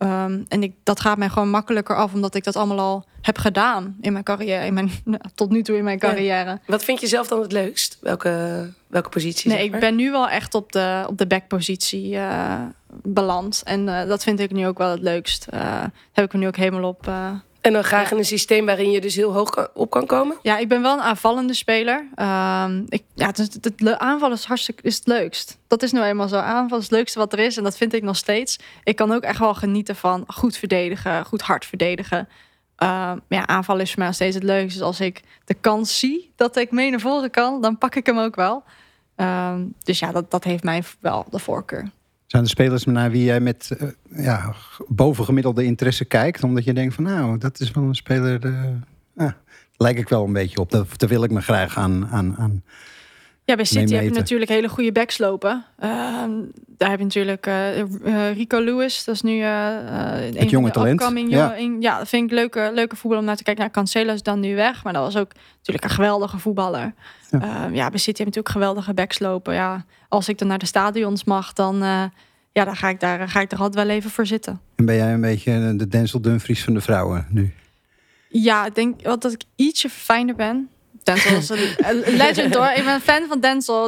Um, en ik, dat gaat mij gewoon makkelijker af, omdat ik dat allemaal al heb gedaan in mijn carrière, in mijn, tot nu toe in mijn carrière. Ja. Wat vind je zelf dan het leukst? Welke, welke positie? Nee, zeg maar? Ik ben nu wel echt op de, op de backpositie uh, beland. En uh, dat vind ik nu ook wel het leukst. Uh, daar heb ik me nu ook helemaal op. Uh, en dan graag ja. in een systeem waarin je dus heel hoog kan, op kan komen? Ja, ik ben wel een aanvallende speler. Um, ik, ja, het, het, het aanval is hartstikke is het leukst. Dat is nou eenmaal zo. Aanval is het leukste wat er is. En dat vind ik nog steeds. Ik kan ook echt wel genieten van goed verdedigen, goed hard verdedigen. Uh, ja, aanval is voor mij nog steeds het leukste. Dus als ik de kans zie dat ik mee naar voren kan, dan pak ik hem ook wel. Um, dus ja, dat, dat heeft mij wel de voorkeur. Zijn er spelers naar wie jij met uh, ja, bovengemiddelde interesse kijkt? Omdat je denkt van nou, dat is wel een speler... De, uh, lijk ik wel een beetje op. Daar, daar wil ik me graag aan... aan, aan ja, bij City heb je natuurlijk hele goede backs lopen. Uh, daar heb je natuurlijk uh, uh, Rico Lewis. Dat is nu uh, het een jonge talent. Upcoming, ja. Jonge, een, ja, dat vind ik leuke, leuke voetbal om naar te kijken. Nou, Cancelo is dan nu weg. Maar dat was ook natuurlijk een geweldige voetballer. Ja, uh, ja bij City heb je natuurlijk geweldige backs lopen. Ja, als ik dan naar de stadions mag, dan... Uh, Ja, dan ga ik, daar, ga ik er altijd wel even voor zitten. En ben jij een beetje de Denzel Dumfries van de vrouwen nu? Ja, ik denk wel dat ik ietsje fijner ben. Denzel is een legend hoor. Ik ben een fan van Denzel.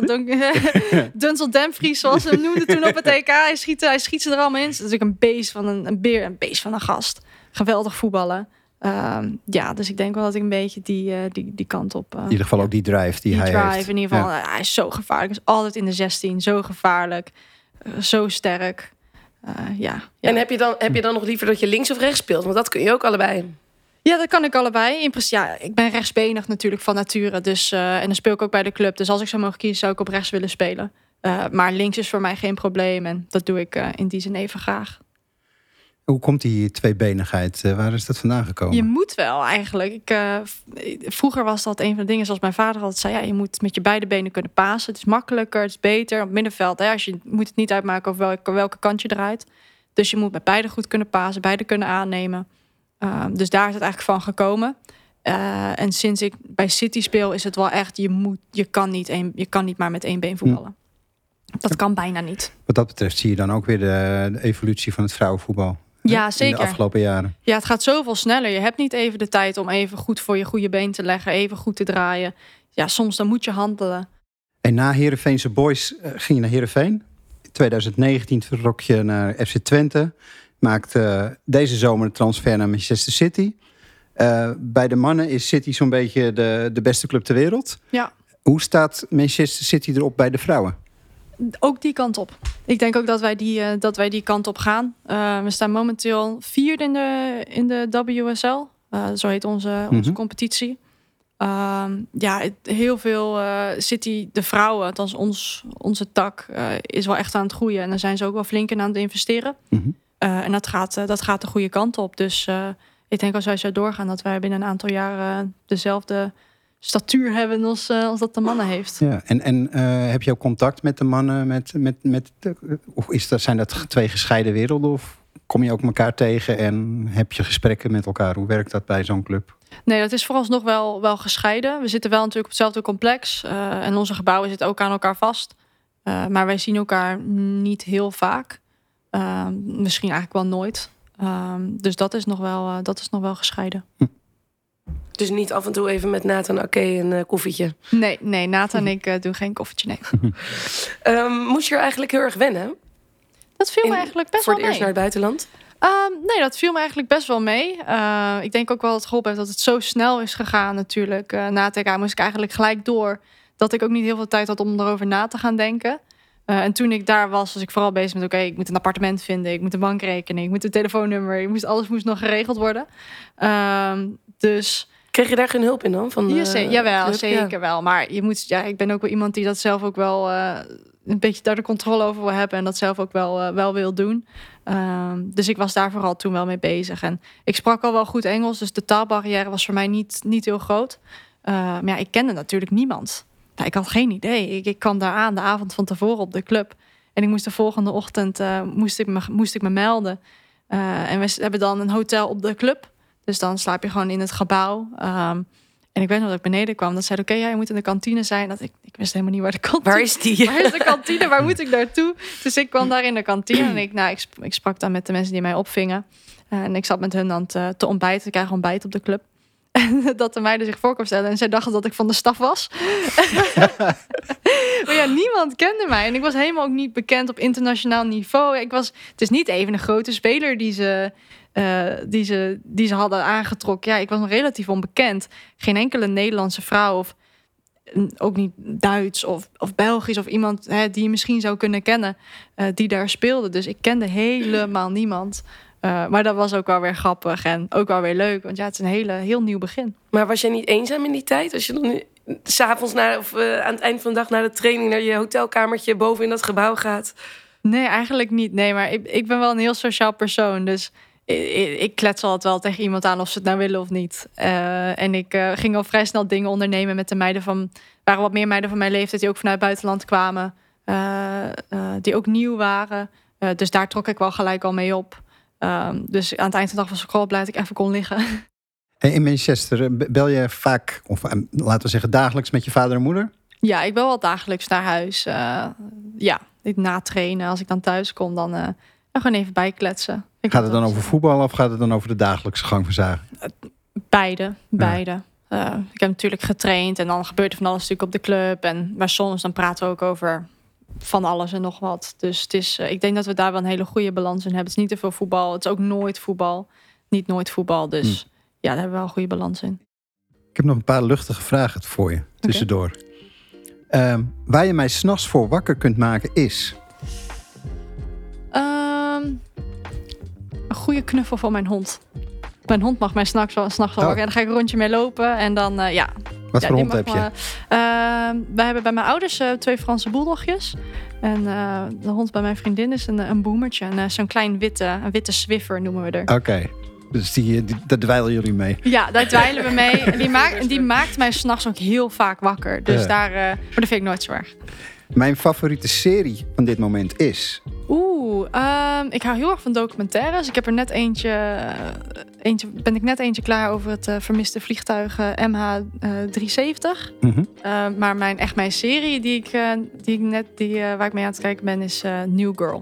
Denzel Dumfries, zoals ze hem noemden toen op het E K. Hij schiet, hij schiet ze er allemaal in. Dat is natuurlijk een beest van een, een beer, een beest van een gast. Geweldig voetballen. Um, ja, dus ik denk wel dat ik een beetje die, uh, die, die kant op... Uh, in ieder geval ook die drive die, die hij drive, heeft. In ieder geval, ja. uh, hij is zo gevaarlijk. Hij is altijd in de zestien, zo gevaarlijk. Uh, zo sterk. Uh, ja, ja. En heb je, dan, heb je dan nog liever dat je links of rechts speelt? Want dat kun je ook allebei. Ja, dat kan ik allebei. In principe, ja, ik ben rechtsbenig natuurlijk van nature. Dus, uh, en dan speel ik ook bij de club. Dus als ik zou mogen kiezen, zou ik op rechts willen spelen. Uh, maar links is voor mij geen probleem. En dat doe ik uh, in die zin even graag. Hoe komt die tweebenigheid? Uh, waar is dat vandaan gekomen? Je moet wel eigenlijk. Ik, uh, vroeger was dat een van de dingen zoals mijn vader altijd zei. Ja, je moet met je beide benen kunnen pasen. Het is makkelijker, het is beter. Op het middenveld, hè, als je moet het niet uitmaken over welke, welke kant je draait. Dus je moet met beide goed kunnen pasen, beide kunnen aannemen. Uh, dus daar is het eigenlijk van gekomen. Uh, en sinds ik bij City speel, is het wel echt... je, moet, je, kan, niet een, je kan niet maar met één been voetballen. Hm. Dat kan bijna niet. Wat dat betreft zie je dan ook weer de, de evolutie van het vrouwenvoetbal. Ja, zeker. In de afgelopen jaren. Ja, het gaat zoveel sneller. Je hebt niet even de tijd om even goed voor je goede been te leggen. Even goed te draaien. Ja, soms dan moet je handelen. En na Heerenveense Boys uh, ging je naar Heerenveen. In twintig negentien vertrok je naar F C Twente. Maakte uh, deze zomer de transfer naar Manchester City. Uh, bij de mannen is City zo'n beetje de, de beste club ter wereld. Ja. Hoe staat Manchester City erop bij de vrouwen? Ook die kant op. Ik denk ook dat wij die, uh, dat wij die kant op gaan. Uh, we staan momenteel vierde in de, in de W S L. Uh, zo heet onze, onze mm-hmm. competitie. Uh, ja, het, heel veel uh, City, de vrouwen, althans ons, onze tak, uh, is wel echt aan het groeien. En daar zijn ze ook wel flink in aan het investeren. Mm-hmm. Uh, en dat gaat, uh, dat gaat de goede kant op. Dus uh, ik denk als wij zo doorgaan, dat wij binnen een aantal jaren uh, dezelfde statuur hebben als, uh, als dat de mannen heeft. Ja, en en uh, heb je ook contact met de mannen? Met, met, met de, of is dat, zijn dat twee gescheiden werelden? Of kom je ook elkaar tegen en heb je gesprekken met elkaar? Hoe werkt dat bij zo'n club? Nee, dat is vooralsnog wel, wel gescheiden. We zitten wel natuurlijk op hetzelfde complex. Uh, en onze gebouwen zitten ook aan elkaar vast. Uh, maar wij zien elkaar niet heel vaak. Uh, misschien eigenlijk wel nooit. Uh, dus dat is nog wel, uh, dat is nog wel gescheiden. Hm. Dus niet af en toe even met Nathan Ake een uh, koffietje? Nee, nee, Nathan en ik uh, doen geen koffietje, nee. um, moest je er eigenlijk heel erg wennen? Dat viel In, me eigenlijk best voor wel mee. Voor het eerst naar het buitenland? Um, nee, dat viel me eigenlijk best wel mee. Uh, ik denk ook wel dat het geholpen heeft dat het zo snel is gegaan natuurlijk. Uh, na het E K moest ik eigenlijk gelijk door. Dat ik ook niet heel veel tijd had om erover na te gaan denken. Uh, en toen ik daar was, was ik vooral bezig met... oké, okay, ik moet een appartement vinden, ik moet een bankrekening... ik moet een telefoonnummer, ik moest, alles moest nog geregeld worden. Um, dus... Kreeg je daar geen hulp in dan? Van, ja, ze- uh, jawel, club? zeker ja. wel. Maar je moet, ja, ik ben ook wel iemand die dat zelf ook wel... Uh, een beetje daar de controle over wil hebben... en dat zelf ook wel, uh, wel wil doen. Um, dus ik was daar vooral toen wel mee bezig. En ik sprak al wel goed Engels... dus de taalbarrière was voor mij niet, niet heel groot. Uh, maar ja, ik kende natuurlijk niemand... Nou, ik had geen idee. Ik, ik kwam daar aan de avond van tevoren op de club. En ik moest de volgende ochtend uh, moest ik me, moest ik me melden. Uh, en we hebben dan een hotel op de club. Dus dan slaap je gewoon in het gebouw. Um, En ik weet nog dat ik beneden kwam. Dat zeiden, oké, okay, ja, je moet in de kantine zijn. Dat ik, ik wist helemaal niet waar de kantine... Waar is die? Waar is de kantine? Waar moet ik naartoe? Dus ik kwam daar in de kantine. En ik, nou, ik, ik sprak dan met de mensen die mij opvingen. Uh, en ik zat met hun dan te, te ontbijten. Ik krijg ontbijt op de club. En dat de meiden zich voor kon stellen. En zij dachten dat ik van de staf was. Maar ja, niemand kende mij. En ik was helemaal ook niet bekend op internationaal niveau. Ik was, het is niet even een grote speler die ze, uh, die ze, die ze hadden aangetrokken. Ja, ik was nog relatief onbekend. Geen enkele Nederlandse vrouw of ook niet Duits of, of Belgisch of iemand hè, die je misschien zou kunnen kennen, uh, die daar speelde. Dus ik kende helemaal niemand. Uh, maar dat was ook wel weer grappig en ook wel weer leuk. Want ja, het is een hele, heel nieuw begin. Maar was jij niet eenzaam in die tijd? Als je dan nu, 's avonds na, of uh, aan het eind van de dag na de training naar je hotelkamertje boven in dat gebouw gaat? Nee, eigenlijk niet. Nee, maar ik, ik ben wel een heel sociaal persoon. Dus ik, ik klets altijd wel tegen iemand aan of ze het nou willen of niet. Uh, en ik uh, ging al vrij snel dingen ondernemen met de meiden van... Er waren wat meer meiden van mijn leeftijd die ook vanuit het buitenland kwamen. Uh, uh, die ook nieuw waren. Uh, dus daar trok ik wel gelijk al mee op. Um, dus aan het eind van de dag was ik gewoon blij dat ik even kon liggen. In Manchester bel je vaak, of laten we zeggen dagelijks met je vader en moeder? Ja, ik bel wel dagelijks naar huis. Uh, ja, na trainen. Als ik dan thuis kom, dan uh, gewoon even bijkletsen. Ik gaat het dan over voetbal of gaat het dan over de dagelijkse gang van zaken? Uh, beide, beide. Ja. Uh, ik heb natuurlijk getraind en dan gebeurt er van alles natuurlijk op de club. En, maar soms dan praten we ook over van alles en nog wat. Dus het is, uh, ik denk dat we daar wel een hele goede balans in hebben. Het is niet te veel voetbal. Het is ook nooit voetbal. Niet nooit voetbal. Dus hm. ja, daar hebben we wel een goede balans in. Ik heb nog een paar luchtige vragen voor je tussendoor. Okay. Uh, waar je mij 's nachts voor wakker kunt maken is? Um, een goede knuffel van mijn hond. Mijn hond mag mij 's nachts wel, 's nachts wel oh. wakker. En dan ga ik een rondje mee lopen. En dan, uh, ja... Wat ja, voor hond heb je? Uh, wij hebben bij mijn ouders uh, twee Franse boeldogjes. En uh, de hond bij mijn vriendin is een, een boemertje. En, uh, zo'n klein witte, een witte Swiffer noemen we er. Oké, okay. Dus die, die, daar dweilen jullie mee? Ja, daar dweilen we mee. En die, maakt, die maakt mij 's nachts ook heel vaak wakker. Dus ja. daar, uh, maar dat vind ik nooit zo erg. Mijn favoriete serie van dit moment is? Oeh, um, ik hou heel erg van documentaires. Ik heb er net eentje, uh, eentje ben ik net eentje klaar over het uh, vermiste vliegtuig uh, M H driehonderdzeventig. Mm-hmm. Uh, maar mijn, echt mijn serie die ik, uh, die ik net, die, uh, waar ik mee aan het kijken ben, is uh, New Girl.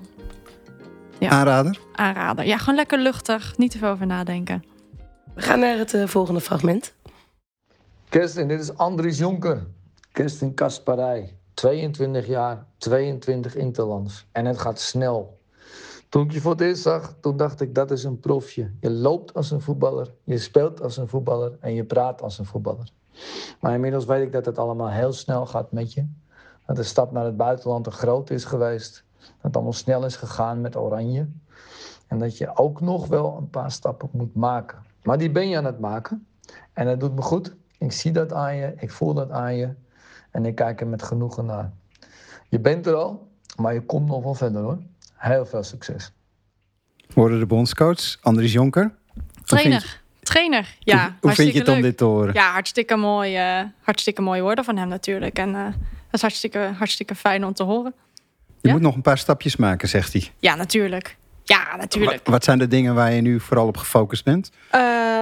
Ja. Aanrader? Aanrader. Ja, gewoon lekker luchtig. Niet te veel over nadenken. We gaan naar het uh, volgende fragment. Kerstin, dit is Andries Jonker. Kerstin Kasparij. tweeëntwintig jaar, tweeëntwintig interlands. En het gaat snel. Toen ik je voor het eerst zag, toen dacht ik, dat is een profje. Je loopt als een voetballer, je speelt als een voetballer en je praat als een voetballer. Maar inmiddels weet ik dat het allemaal heel snel gaat met je. Dat de stap naar het buitenland te groot is geweest. Dat het allemaal snel is gegaan met Oranje. En dat je ook nog wel een paar stappen moet maken. Maar die ben je aan het maken. En dat doet me goed. Ik zie dat aan je, ik voel dat aan je. En ik kijk er met genoegen naar. Je bent er al, maar je komt nog wel verder hoor. Heel veel succes. Hoorde de bondscoach, Andries Jonker. Trainer. Je... Trainer, ja. Hoe, hoe vind je het om dit te horen? Ja, hartstikke mooi. Uh, hartstikke mooie woorden van hem natuurlijk. En uh, dat is hartstikke, hartstikke fijn om te horen. Je ja? moet nog een paar stapjes maken, zegt hij. Ja, natuurlijk. Ja, natuurlijk. Wat, wat zijn de dingen waar je nu vooral op gefocust bent? Uh,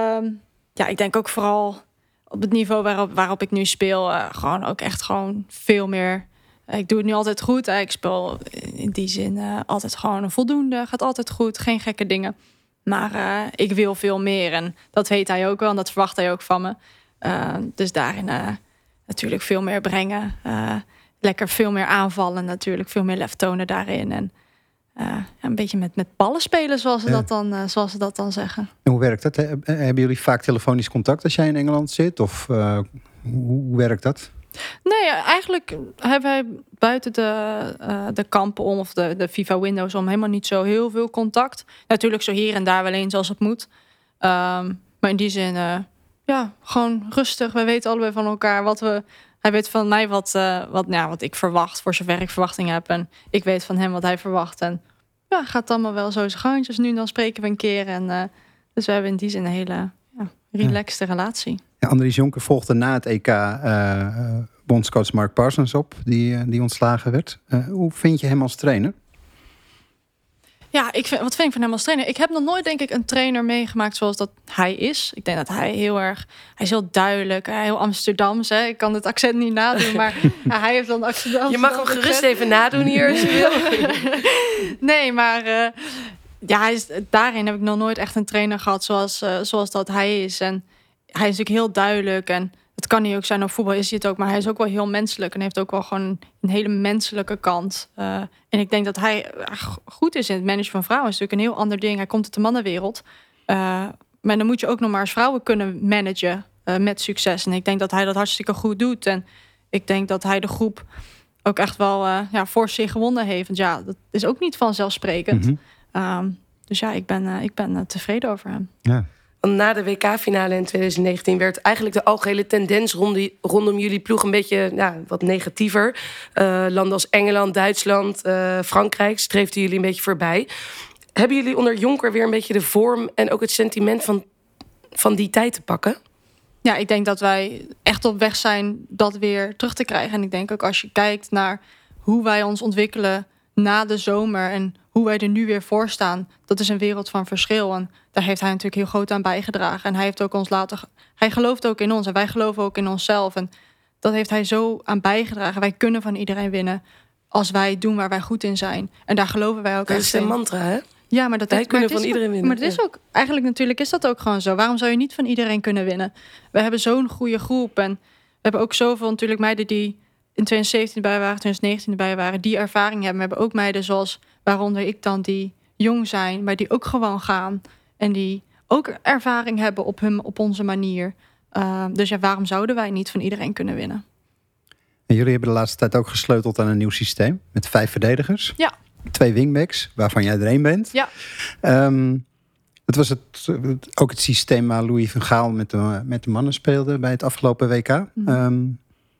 ja, ik denk ook vooral op het niveau waarop, waarop ik nu speel. Uh, gewoon ook echt gewoon veel meer. Uh, ik doe het nu altijd goed. Uh, ik speel in die zin uh, altijd gewoon een voldoende. Gaat altijd goed. Geen gekke dingen. Maar uh, ik wil veel meer. En dat weet hij ook wel. En dat verwacht hij ook van me. Uh, dus daarin uh, natuurlijk veel meer brengen. Uh, lekker veel meer aanvallen natuurlijk. Veel meer lef tonen daarin. En uh, een beetje met, met ballen spelen, zoals ze, ja. dat dan, uh, zoals ze dat dan zeggen. En hoe werkt dat? Hebben jullie vaak telefonisch contact als jij in Engeland zit? Of uh, hoe werkt dat? Nee, eigenlijk hebben wij buiten de, uh, de kampen om... of de, de FIFA Windows om helemaal niet zo heel veel contact. Natuurlijk zo hier en daar wel eens als het moet. Um, maar in die zin, uh, ja, gewoon rustig. We weten allebei van elkaar wat we... Hij weet van mij wat, uh, wat, nou, wat ik verwacht, voor zover ik verwachtingen heb. En ik weet van hem wat hij verwacht. En ja, gaat allemaal wel zo zijn gangjes. Nu en dan spreken we een keer. En, uh, dus we hebben in die zin een hele ja, relaxed ja. relatie. Ja, Andries Jonker volgde na het E K uh, bondscoach Mark Parsons op, die, uh, die ontslagen werd. Uh, hoe vind je hem als trainer? Ja, ik vind, wat vind ik van hem als trainer? Ik heb nog nooit, denk ik, een trainer meegemaakt zoals dat hij is. Ik denk dat hij heel erg... Hij is heel duidelijk, hij heel Amsterdams. Hè? Ik kan het accent niet nadoen, maar ja, hij heeft dan Amsterdam. Je mag hem gerust even nadoen hier als je wil. Nee, maar... Uh, ja, hij is, daarin heb ik nog nooit echt een trainer gehad zoals, uh, zoals dat hij is. En hij is natuurlijk heel duidelijk en... Het kan niet ook zijn, op voetbal is hij het ook. Maar hij is ook wel heel menselijk. En heeft ook wel gewoon een hele menselijke kant. Uh, en ik denk dat hij goed is in het managen van vrouwen. Dat is natuurlijk een heel ander ding. Hij komt uit de mannenwereld. Uh, maar dan moet je ook nog maar als vrouwen kunnen managen uh, met succes. En ik denk dat hij dat hartstikke goed doet. En ik denk dat hij de groep ook echt wel uh, ja, voor zich gewonnen heeft. Want ja, dat is ook niet vanzelfsprekend. Mm-hmm. Um, dus ja, ik ben, uh, ik ben uh, tevreden over hem. Ja. Na de W K-finale in twintig negentien werd eigenlijk de algehele tendens rondom, rondom jullie ploeg een beetje ja, wat negatiever. Uh, landen als Engeland, Duitsland, uh, Frankrijk streefden jullie een beetje voorbij. Hebben jullie onder Jonker weer een beetje de vorm en ook het sentiment van, van die tijd te pakken? Ja, ik denk dat wij echt op weg zijn dat weer terug te krijgen. En ik denk ook als je kijkt naar hoe wij ons ontwikkelen na de zomer en hoe wij er nu weer voor staan, dat is een wereld van verschil. En daar heeft hij natuurlijk heel groot aan bijgedragen. En hij heeft ook ons laten. Hij gelooft ook in ons en wij geloven ook in onszelf. En dat heeft hij zo aan bijgedragen. Wij kunnen van iedereen winnen als wij doen waar wij goed in zijn. En daar geloven wij ook. Dat is een mantra, hè? Ja, maar dat wij heeft, kunnen maar van iedereen ook, winnen. Maar het is ook eigenlijk natuurlijk is dat ook gewoon zo. Waarom zou je niet van iedereen kunnen winnen? We hebben zo'n goede groep en we hebben ook zoveel natuurlijk meiden die in twintig zeventien erbij waren, twintig negentien erbij waren, die ervaring hebben. We hebben ook meiden zoals waaronder ik dan die jong zijn, maar die ook gewoon gaan en die ook ervaring hebben op hun op onze manier. Uh, dus ja, waarom zouden wij niet van iedereen kunnen winnen? En jullie hebben de laatste tijd ook gesleuteld aan een nieuw systeem met vijf verdedigers. Ja. Twee wingbacks, waarvan jij er één bent. Ja. Um, het was het, ook het systeem waar Louis van Gaal met de, met de mannen speelde bij het afgelopen W K. Mm. Um,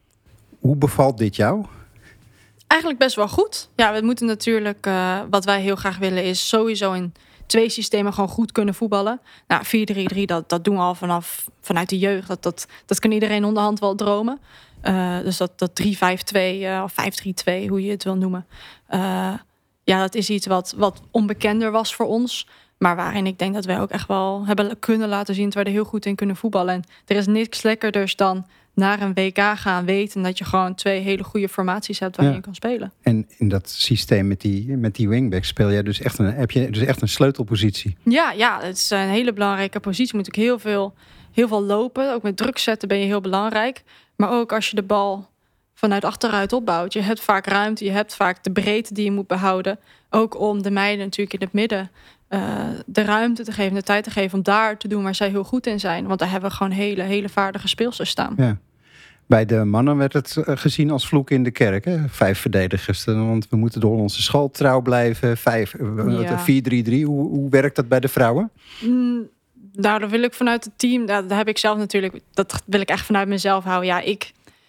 hoe bevalt dit jou? Eigenlijk best wel goed. Ja, we moeten natuurlijk, uh, wat wij heel graag willen is sowieso in twee systemen gewoon goed kunnen voetballen. Nou, vier drie drie, dat, dat doen we al vanaf vanuit de jeugd. Dat, dat, dat kan iedereen onderhand wel dromen. Uh, dus dat, dat drie vijf twee uh, of vijf drie twee, hoe je het wil noemen. Uh, ja, dat is iets wat, wat onbekender was voor ons. Maar waarin ik denk dat wij ook echt wel hebben kunnen laten zien dat wij er heel goed in kunnen voetballen. En er is niks lekkerders dan naar een W K gaan weten dat je gewoon twee hele goede formaties hebt waar ja. je kan spelen. En in dat systeem met die, met die wingback speel jij dus echt een, heb je dus echt een sleutelpositie? Ja, ja, het is een hele belangrijke positie. Je moet ook heel veel, heel veel lopen. Ook met druk zetten ben je heel belangrijk. Maar ook als je de bal vanuit achteruit opbouwt. Je hebt vaak ruimte, je hebt vaak de breedte die je moet behouden. Ook om de meiden natuurlijk in het midden uh, de ruimte te geven, de tijd te geven om daar te doen waar zij heel goed in zijn. Want daar hebben we gewoon hele, hele vaardige speelsters staan. Ja. Bij de mannen werd het gezien als vloek in de kerk. Hè? Vijf verdedigers. Want we moeten de Hollandse school trouw blijven. Vijf, ja. vier drie drie. Hoe, hoe werkt dat bij de vrouwen? Mm, nou, dan wil ik vanuit het team. Dat heb ik zelf natuurlijk. Dat wil ik echt vanuit mezelf houden. Ja, ik,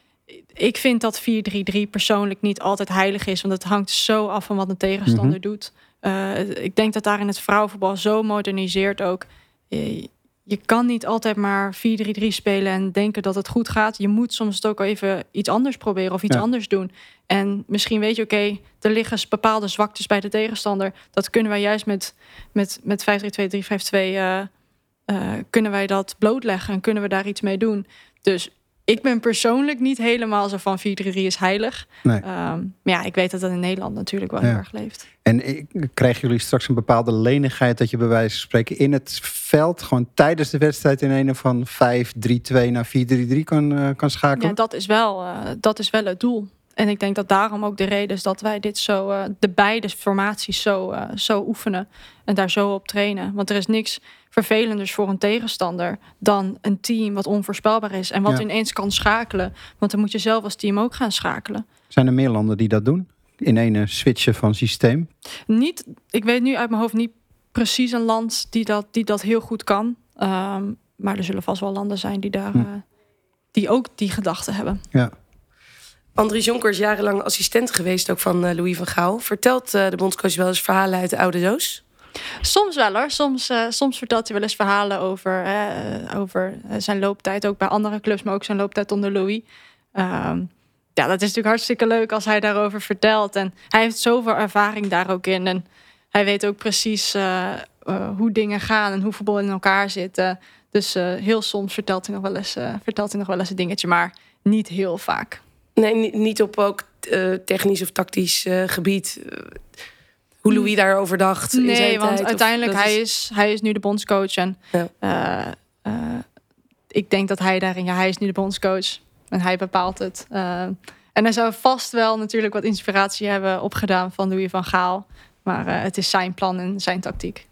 ik vind dat vier drie drie persoonlijk niet altijd heilig is. Want het hangt zo af van wat een tegenstander mm-hmm. doet. Uh, ik denk dat daar in het vrouwenvoetbal zo moderniseert ook. Uh, Je kan niet altijd maar vier drie drie spelen en denken dat het goed gaat. Je moet soms het ook even iets anders proberen of iets ja. anders doen. En misschien weet je, oké, okay, er liggen bepaalde zwaktes bij de tegenstander. Dat kunnen wij juist met, met, met vijf drie twee, drie vijf twee uh, uh, kunnen wij dat blootleggen en kunnen we daar iets mee doen. Dus ik ben persoonlijk niet helemaal zo van vier drie drie is heilig. Nee. Um, maar ja, ik weet dat dat in Nederland natuurlijk wel ja. heel erg leeft. En krijgen jullie straks een bepaalde lenigheid dat je bij wijze van spreken in het veld gewoon tijdens de wedstrijd in een van vijf drie twee naar vier drie drie kan, uh, kan schakelen? Ja, dat is wel, uh, dat is wel het doel. En ik denk dat daarom ook de reden is dat wij dit zo, uh, de beide formaties zo, uh, zo oefenen en daar zo op trainen. Want er is niks vervelenders voor een tegenstander dan een team wat onvoorspelbaar is en wat ja. ineens kan schakelen. Want dan moet je zelf als team ook gaan schakelen. Zijn er meer landen die dat doen? In een switchen van systeem? Niet, ik weet nu uit mijn hoofd niet precies een land die dat, die dat heel goed kan. Um, maar er zullen vast wel landen zijn die daar hm. uh, die ook die gedachten hebben. Ja. Andries Jonker is jarenlang assistent geweest ook van uh, Louis van Gaal. Vertelt uh, de bondscoach wel eens verhalen uit de oude doos? Soms wel hoor. Soms, uh, soms vertelt hij wel eens verhalen over, uh, over zijn looptijd. Ook bij andere clubs, maar ook zijn looptijd onder Louis. Um, ja, dat is natuurlijk hartstikke leuk als hij daarover vertelt. En hij heeft zoveel ervaring daar ook in. En hij weet ook precies uh, uh, hoe dingen gaan en hoe voetbal in elkaar zit. Uh, dus uh, heel soms vertelt hij nog wel eens, uh, vertelt hij nog wel eens een dingetje, maar niet heel vaak. Nee, niet, niet op ook uh, technisch of tactisch uh, gebied. Uh, hoe Louis daarover dacht. Nee, in zijn want tijd, uiteindelijk of, hij is... is hij is nu de bondscoach en ja. uh, uh, ik denk dat hij daarin, ja, hij is nu de bondscoach en hij bepaalt het. Uh, en hij zou vast wel natuurlijk wat inspiratie hebben opgedaan van Louis van Gaal, maar uh, het is zijn plan en zijn tactiek.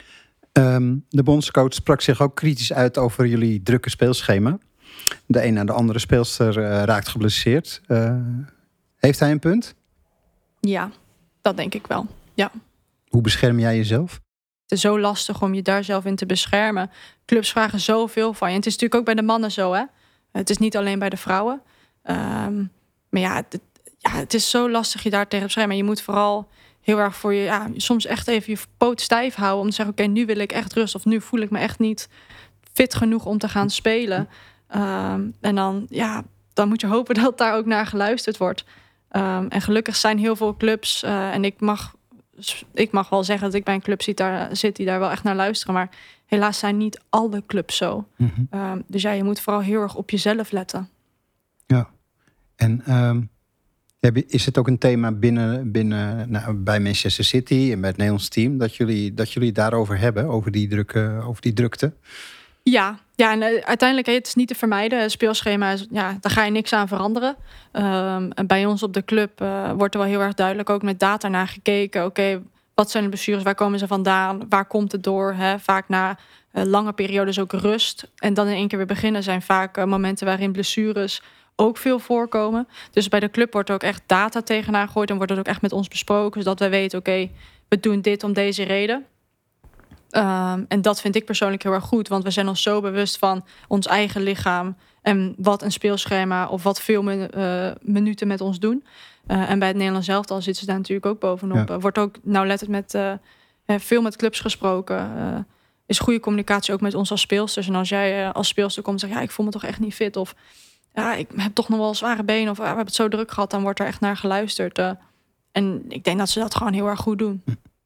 Um, de bondscoach sprak zich ook kritisch uit over jullie drukke speelschema. De een na de andere speelster uh, raakt geblesseerd. Uh, heeft hij een punt? Ja, dat denk ik wel. Ja. Hoe bescherm jij jezelf? Het is zo lastig om je daar zelf in te beschermen. Clubs vragen zoveel van je. En het is natuurlijk ook bij de mannen zo, hè? Het is niet alleen bij de vrouwen. Um, maar ja het, ja, het is zo lastig je daar tegen te beschermen. Je moet vooral heel erg voor je, ja, soms echt even je poot stijf houden om te zeggen, oké, okay, nu wil ik echt rust of nu voel ik me echt niet fit genoeg om te gaan spelen. Um, en dan, ja, dan moet je hopen dat daar ook naar geluisterd wordt. Um, en gelukkig zijn heel veel clubs, uh, en ik mag, ik mag wel zeggen dat ik bij een club zit, daar, zit die daar wel echt naar luisteren, maar helaas zijn niet alle clubs zo. Mm-hmm. Um, dus ja, je moet vooral heel erg op jezelf letten. Ja, en um, is het ook een thema binnen, binnen nou, bij Manchester City en bij het Nederlands team dat jullie, dat jullie daarover hebben, over die, drukke, over die drukte? Ja, ja, en uh, uiteindelijk het is niet te vermijden. Het speelschema is, ja, daar ga je niks aan veranderen. Um, en bij ons op de club uh, wordt er wel heel erg duidelijk ook met data naar gekeken. Oké, okay, wat zijn de blessures? Waar komen ze vandaan? Waar komt het door? Hè? Vaak na uh, lange periodes ook rust. En dan in één keer weer beginnen zijn vaak uh, momenten waarin blessures ook veel voorkomen. Dus bij de club wordt er ook echt data tegenaan gegooid en wordt het ook echt met ons besproken, zodat wij weten, oké, okay, we doen dit om deze reden. Um, en dat vind ik persoonlijk heel erg goed, want we zijn ons zo bewust van ons eigen lichaam en wat een speelschema of wat veel min, uh, minuten met ons doen. Uh, en bij het Nederlands elftal zitten ze daar natuurlijk ook bovenop. Ja. Uh, wordt ook nauwlettend met uh, veel met clubs gesproken. Uh, is goede communicatie ook met ons als speelsters. En als jij uh, als speelster komt en zegt, ja, ik voel me toch echt niet fit, of ja, ik heb toch nog wel zware benen, of ah, we hebben het zo druk gehad, dan wordt er echt naar geluisterd. Uh, en ik denk dat ze dat gewoon heel erg goed doen.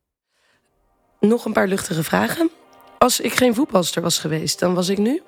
Nog een paar luchtige vragen. Als ik geen voetbalster was geweest, dan was ik nu?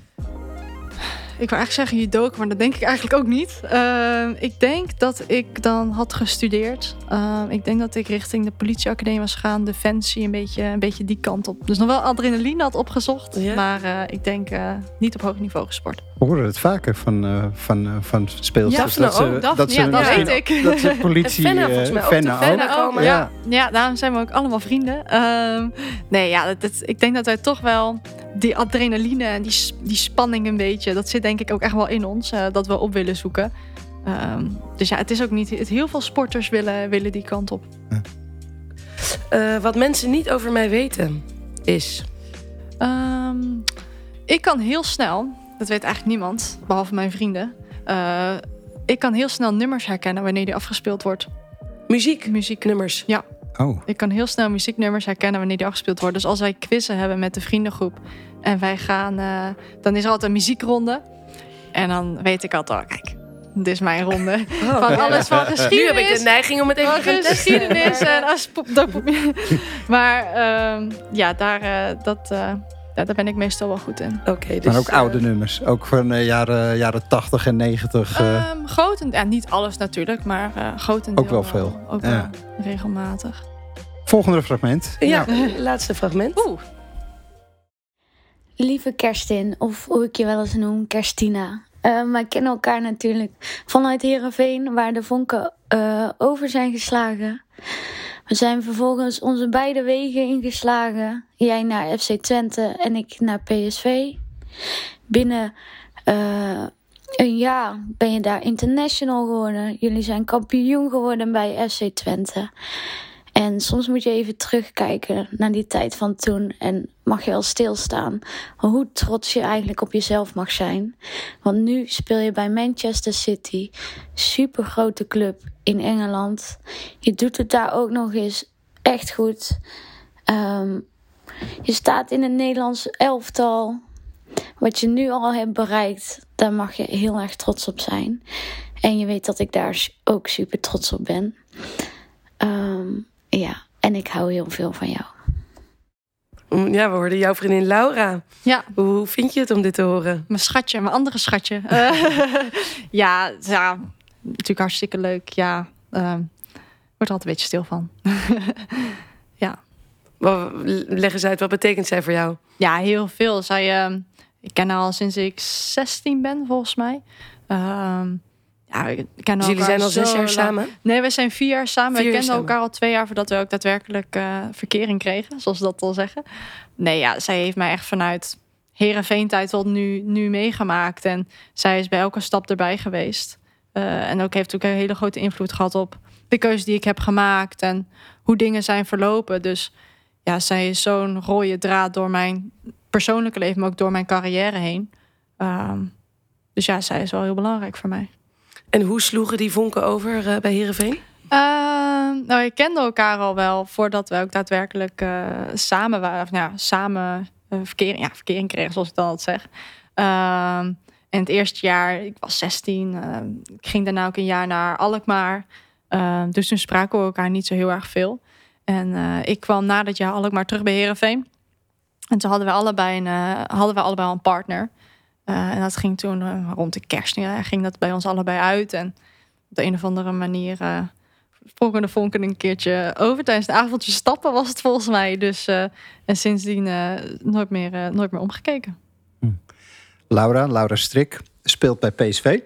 Ik wil eigenlijk zeggen judoka, maar dat denk ik eigenlijk ook niet. Uh, ik denk dat ik dan had gestudeerd. Uh, ik denk dat ik richting de politieacademie was gegaan. Defensie, een beetje, een beetje die kant op. Dus nog wel adrenaline had opgezocht. Ja. Maar uh, ik denk uh, niet op hoog niveau gesport. We horen het vaker van, uh, van, uh, van speelsters. Ja, dat ze, ook, dat ze ja, dat weet ik. Dat ze politie... Fenna, volgens mij ook. Fenna ook. Fenna ook. Ja. ja, daarom zijn we ook allemaal vrienden. Uh, nee, ja, dat, dat, ik denk dat wij toch wel die adrenaline en die, die spanning een beetje, dat zit denk ik ook echt wel in ons, uh, dat we op willen zoeken. Um, dus ja, het is ook niet... Het, heel veel sporters willen, willen die kant op. Ja. Uh, wat mensen niet over mij weten is... Um, ik kan heel snel... Dat weet eigenlijk niemand, behalve mijn vrienden. Uh, ik kan heel snel nummers herkennen wanneer die afgespeeld wordt. Muziek? Muzieknummers. Ja. Oh. Ik kan heel snel muzieknummers herkennen wanneer die afgespeeld worden. Dus als wij quizzen hebben met de vriendengroep en wij gaan... Uh, dan is er altijd een muziekronde. En dan weet ik altijd, oh, kijk, dit is mijn ronde. Oh, van alles van geschiedenis. Nu heb ik de neiging om het even te gaan testen. Geschiedenis en als poep, dat poep. Maar uh, ja, daar, uh, dat, uh, ja, daar ben ik meestal wel goed in. Okay, dus, maar ook oude uh, nummers. Ook van de jaren, jaren tachtig en negentig. Uh. Um, groten, ja, niet alles natuurlijk, maar uh, grotendeel ook wel veel. Wel, ook ja. wel regelmatig. Volgende fragment. Ja, ja. Laatste fragment. Oeh. Lieve Kerstin, of hoe ik je wel eens noem, Kerstina. Uh, wij kennen elkaar natuurlijk vanuit Heerenveen, waar de vonken uh, over zijn geslagen. We zijn vervolgens onze beide wegen ingeslagen. Jij naar F C Twente en ik naar P S V. Binnen uh, een jaar ben je daar international geworden. Jullie zijn kampioen geworden bij F C Twente. En soms moet je even terugkijken naar die tijd van toen en mag je wel stilstaan hoe trots je eigenlijk op jezelf mag zijn. Want nu speel je bij Manchester City, supergrote club in Engeland. Je doet het daar ook nog eens echt goed. Um, je staat in het Nederlands elftal. Wat je nu al hebt bereikt, daar mag je heel erg trots op zijn. En je weet dat ik daar ook super trots op ben. Um, Ja, En ik hou heel veel van jou. Ja, we hoorden jouw vriendin Laura. Ja. Hoe vind je het om dit te horen? Mijn schatje, mijn andere schatje. Uh, ja, ja, natuurlijk hartstikke leuk. Ja, uh, word er altijd een beetje stil van. Ja. Leg eens uit, wat betekent zij voor jou? Ja, heel veel. Zij, uh, ik ken haar al sinds ik zestien ben, volgens mij. Uh, ja, ik ken dus jullie zijn al zes jaar lang. samen? Nee, we zijn vier jaar samen. Vier we kenden samen. elkaar al twee jaar voordat we ook daadwerkelijk uh, verkering kregen, zoals ze dat al zeggen. Nee, ja, zij heeft mij echt vanuit Heerenveen-tijd tot nu, nu meegemaakt. En zij is bij elke stap erbij geweest. Uh, en ook heeft ook een hele grote invloed gehad op de keuze die ik heb gemaakt en hoe dingen zijn verlopen. Dus ja, zij is zo'n rode draad door mijn persoonlijke leven, maar ook door mijn carrière heen. Um, dus ja, zij is wel heel belangrijk voor mij. En hoe sloegen die vonken over uh, bij Heerenveen? Uh, nou, ik kende elkaar al wel voordat we ook daadwerkelijk uh, samen waren. Of, nou ja, samen uh, verkering, ja, verkering kregen, zoals ik dan altijd zeg. Uh, en het eerste jaar, ik was zestien. Uh, ik ging daarna ook een jaar naar Alkmaar. Uh, dus toen spraken we elkaar niet zo heel erg veel. En uh, ik kwam na dat jaar Alkmaar terug bij Heerenveen. En toen hadden we allebei een, uh, hadden we allebei een partner. Uh, en dat ging toen uh, rond de kerst. Ja, ging dat bij ons allebei uit. En op de een of andere manier uh, sprongen de vonken een keertje over. Tijdens het avondje stappen was het volgens mij. Dus, uh, en sindsdien uh, nooit, meer, uh, nooit meer omgekeken. Hm. Laura, Laura Strik, speelt bij P S V.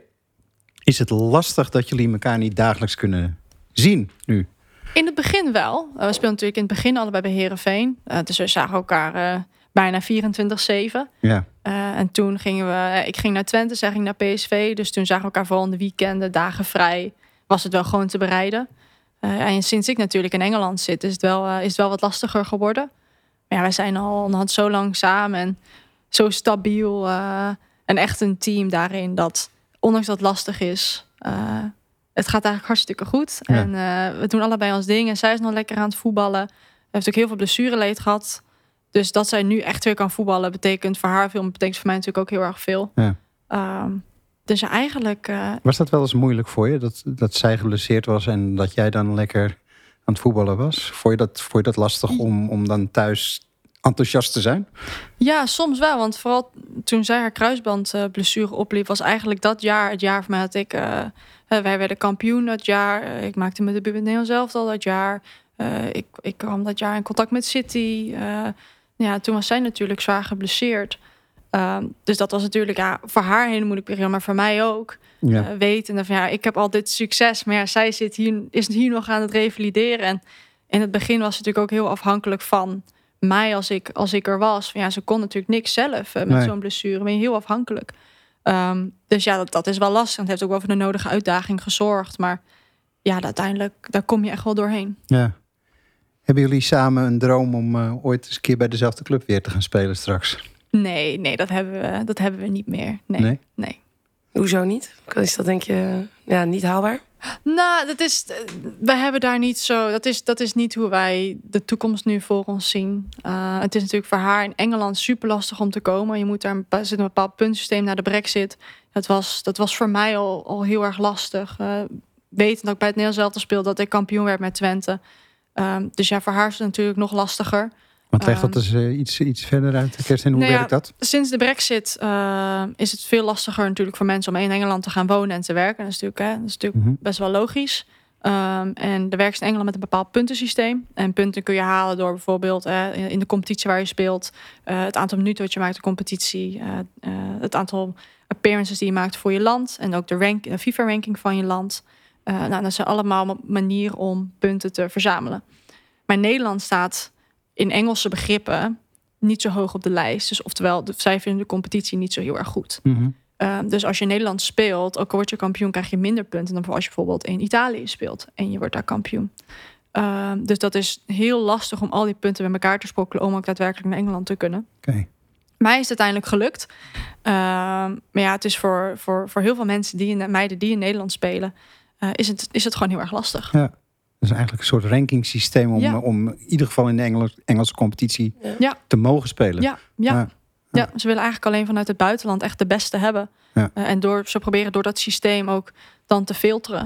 Is het lastig dat jullie elkaar niet dagelijks kunnen zien nu? In het begin wel. Uh, we speelden natuurlijk in het begin allebei bij Heerenveen. Uh, dus we zagen elkaar uh, bijna vierentwintig zeven. Ja. Uh, en toen gingen we... Ik ging naar Twente, zij ging naar P S V. Dus toen zagen we elkaar vooral in de weekenden, dagen vrij. Was het wel gewoon te bereiden. Uh, en sinds ik natuurlijk in Engeland zit, is het wel, uh, is het wel wat lastiger geworden. Maar ja, wij zijn al onderhand zo lang samen en zo stabiel. Uh, en echt een team daarin dat, ondanks dat het lastig is... Uh, het gaat eigenlijk hartstikke goed. Ja. En uh, we doen allebei ons ding. En zij is nog lekker aan het voetballen. Heeft natuurlijk heel veel blessureleed gehad. Dus dat zij nu echt weer kan voetballen betekent voor haar veel, maar betekent voor mij natuurlijk ook heel erg veel. Ja. Um, dus ja, eigenlijk... Uh... Was dat wel eens moeilijk voor je? Dat, dat zij geblesseerd was en dat jij dan lekker aan het voetballen was? Vond je dat, vond je dat lastig om, om dan thuis enthousiast te zijn? Ja, soms wel. Want vooral toen zij haar kruisbandblessure opliep, was eigenlijk dat jaar het jaar voor mij dat ik... Uh, wij werden kampioen dat jaar. Uh, ik maakte me de debuut met Nederland zelf al dat jaar. Uh, ik, ik kwam dat jaar in contact met City. Uh, ja, toen was zij natuurlijk zwaar geblesseerd. Uh, dus dat was natuurlijk ja, voor haar een hele moeilijke periode, maar voor mij ook. Ja. Uh, wetende van ja, ik heb al dit succes, maar ja, zij zit hier, is hier nog aan het revalideren. En in het begin was ze natuurlijk ook heel afhankelijk van mij als ik, als ik er was. Ja, ze kon natuurlijk niks zelf uh, met nee. zo'n blessure. Ben je heel afhankelijk. Um, dus ja, dat, dat is wel lastig. Het heeft ook wel voor de nodige uitdaging gezorgd. Maar ja, uiteindelijk, daar kom je echt wel doorheen. Ja. Hebben jullie samen een droom om uh, ooit eens een keer bij dezelfde club weer te gaan spelen straks? Nee, nee, dat hebben we, dat hebben we niet meer. Nee, nee? nee. Hoezo niet? Is dat denk je ja, niet haalbaar? Nou, dat is, wij hebben daar niet zo... Dat is, dat is niet hoe wij de toekomst nu voor ons zien. Uh, het is natuurlijk voor haar in Engeland super lastig om te komen. Je moet daar een, zit een bepaald puntsysteem naar de Brexit. Dat was, dat was voor mij al, al heel erg lastig. Uh, wetend dat ik bij het Nederlands elftal speelde, dat ik kampioen werd met Twente. Um, dus ja, voor haar is het natuurlijk nog lastiger. Want leg dat dus uh, iets, iets verder uit, Kerstin. Hoe nou ja, werkt dat? Sinds de Brexit uh, is het veel lastiger natuurlijk voor mensen om in Engeland te gaan wonen en te werken. Dat is natuurlijk, hè, dat is natuurlijk mm-hmm. best wel logisch. Um, en er werkt in Engeland met een bepaald puntensysteem. En punten kun je halen door bijvoorbeeld uh, in de competitie waar je speelt, uh, het aantal minuten wat je maakt in de competitie, uh, uh, het aantal appearances die je maakt voor je land en ook de, rank, de FIFA-ranking van je land. Uh, nou, dat zijn allemaal manieren om punten te verzamelen. Maar Nederland staat in Engelse begrippen niet zo hoog op de lijst. Dus oftewel, de, zij vinden de competitie niet zo heel erg goed. Mm-hmm. Uh, dus als je in Nederland speelt, ook al word je kampioen, krijg je minder punten dan als je bijvoorbeeld in Italië speelt en je wordt daar kampioen. Uh, dus dat is heel lastig om al die punten bij elkaar te sprokkelen om ook daadwerkelijk naar Engeland te kunnen. Okay. Mij is het uiteindelijk gelukt. Uh, maar ja, het is voor, voor, voor heel veel mensen die in, meiden die in Nederland spelen, uh, is, het, is het gewoon heel erg lastig. Ja. Dat is eigenlijk een soort rankingssysteem om, ja. om in ieder geval in de Engels, Engelse competitie ja. te mogen spelen. Ja, ja. Ja. ja, ze willen eigenlijk alleen vanuit het buitenland echt de beste hebben. Ja. Uh, en door, ze proberen door dat systeem ook dan te filteren.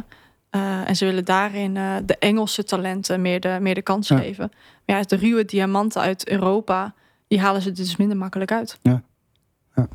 Uh, en ze willen daarin uh, de Engelse talenten meer de, meer de kans ja. geven. Maar ja, de ruwe diamanten uit Europa, die halen ze dus minder makkelijk uit. Ja. Ja.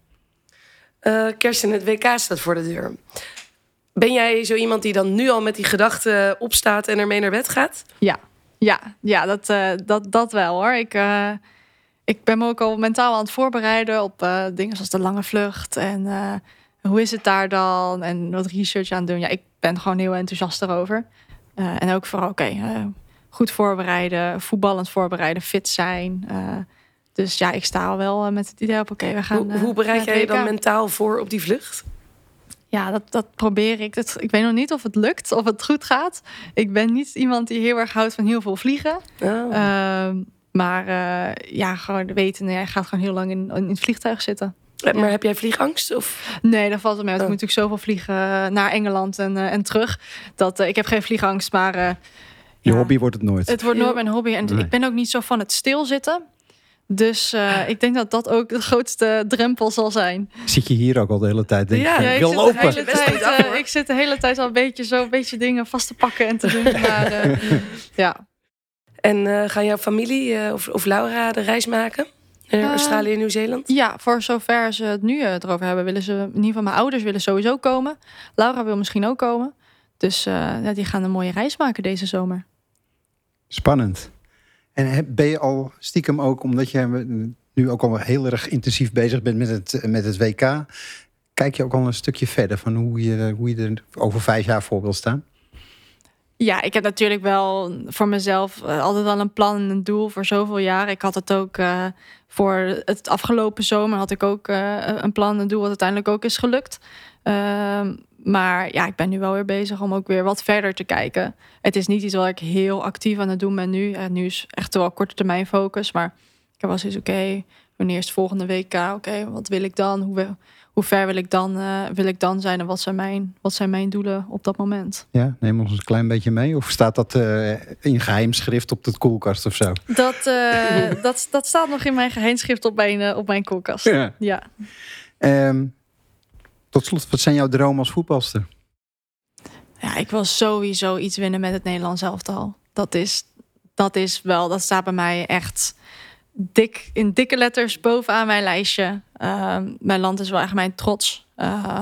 Uh, Kerstin, het W K staat voor de deur. Ben jij zo iemand die dan nu al met die gedachten opstaat en ermee naar bed gaat? Ja, ja, ja dat, uh, dat, dat wel hoor. Ik, uh, ik ben me ook al mentaal aan het voorbereiden op uh, dingen zoals de lange vlucht. En uh, hoe is het daar dan? En wat research aan het doen. Ja, ik ben gewoon heel enthousiast erover. Uh, en ook vooral, oké, okay, uh, goed voorbereiden, voetballend voorbereiden, fit zijn. Uh, dus ja, ik sta al wel uh, met het idee op, oké, okay, we gaan... Hoe, hoe bereid jij je dan mentaal voor op die vlucht? Ja, dat, dat probeer ik. Dat, ik weet nog niet of het lukt, of het goed gaat. Ik ben niet iemand die heel erg houdt van heel veel vliegen. Oh. Uh, maar uh, ja, gewoon weten, jij gaat gewoon heel lang in, in het vliegtuig zitten. Maar ja. heb jij vliegangst? Of? Nee, dat valt wel mee. Want oh. ik moet natuurlijk zoveel vliegen naar Engeland en, uh, en terug. Dat, uh, ik heb geen vliegangst, maar... Uh, Je ja, hobby wordt het nooit. Het wordt nooit mijn hobby. En nee. ik ben ook niet zo van het stilzitten. Dus uh, ik denk dat dat ook de grootste drempel zal zijn. Zit je hier ook al de hele tijd? Denk ja, je, ja, ik wil zit lopen. De hele tijd, uh, ik zit de hele tijd al een beetje zo een beetje dingen vast te pakken en te doen. Maar, uh, ja. En uh, gaan jouw familie uh, of, of Laura de reis maken? Naar uh, Australië en Nieuw-Zeeland? Ja, voor zover ze het nu uh, erover hebben, willen ze, in ieder geval mijn ouders willen sowieso komen. Laura wil misschien ook komen. Dus uh, ja, die gaan een mooie reis maken deze zomer. Spannend. En ben je al stiekem ook, omdat je nu ook al heel erg intensief bezig bent met het, met het W K, kijk je ook al een stukje verder van hoe je, hoe je er over vijf jaar voor wil staan? Ja, ik heb natuurlijk wel voor mezelf uh, altijd al een plan en een doel voor zoveel jaar. Ik had het ook uh, voor het afgelopen zomer had ik ook uh, een plan en een doel wat uiteindelijk ook is gelukt. Uh, maar ja, ik ben nu wel weer bezig om ook weer wat verder te kijken. Het is niet iets wat ik heel actief aan het doen ben nu. En nu is echt wel korte termijn focus. Maar ik heb wel zoiets, oké, okay, wanneer is het volgende W K? Oké, okay, wat wil ik dan? Hoe, hoe ver wil ik dan, uh, wil ik dan zijn? En wat zijn, mijn, wat zijn mijn doelen op dat moment? Ja, neem ons een klein beetje mee. Of staat dat uh, in geheimschrift op de koelkast of zo? Dat, uh, dat, dat staat nog in mijn geheimschrift op mijn, uh, op mijn koelkast. Ja. ja. Um, Tot slot, wat zijn jouw dromen als voetbalster? Ja, ik wil sowieso iets winnen met het Nederlands elftal. Dat is, dat is wel, dat staat bij mij echt dik, in dikke letters bovenaan mijn lijstje. Uh, mijn land is wel echt mijn trots. Uh,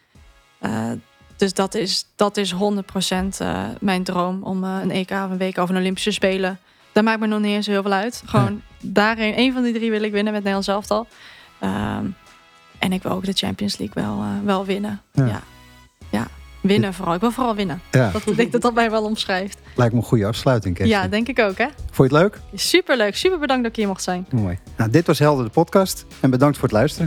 uh, dus dat is, dat is honderd procent uh, mijn droom om uh, een E K of een W K of een Olympische Spelen. Daar maakt me nog niet eens heel veel uit. Gewoon ja. daarin, één van die drie wil ik winnen met het Nederlands elftal. Uh, En ik wil ook de Champions League wel, uh, wel winnen. Ja. Ja. ja, winnen vooral. Ik wil vooral winnen. Ja. Dat, ik denk dat dat mij wel omschrijft. Lijkt me een goede afsluiting, Kerstin. Ja, denk ik ook, hè. Vond je het leuk? Superleuk. Super bedankt dat ik hier mocht zijn. Mooi. Nou, dit was Helder de podcast. En bedankt voor het luisteren.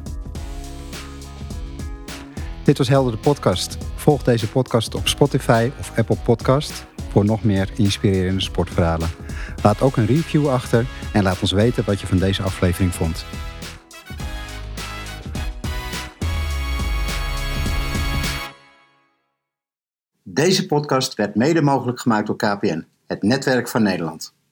Dit was Helder de podcast. Volg deze podcast op Spotify of Apple Podcast voor nog meer inspirerende sportverhalen. Laat ook een review achter en laat ons weten wat je van deze aflevering vond. Deze podcast werd mede mogelijk gemaakt door K P N, het netwerk van Nederland.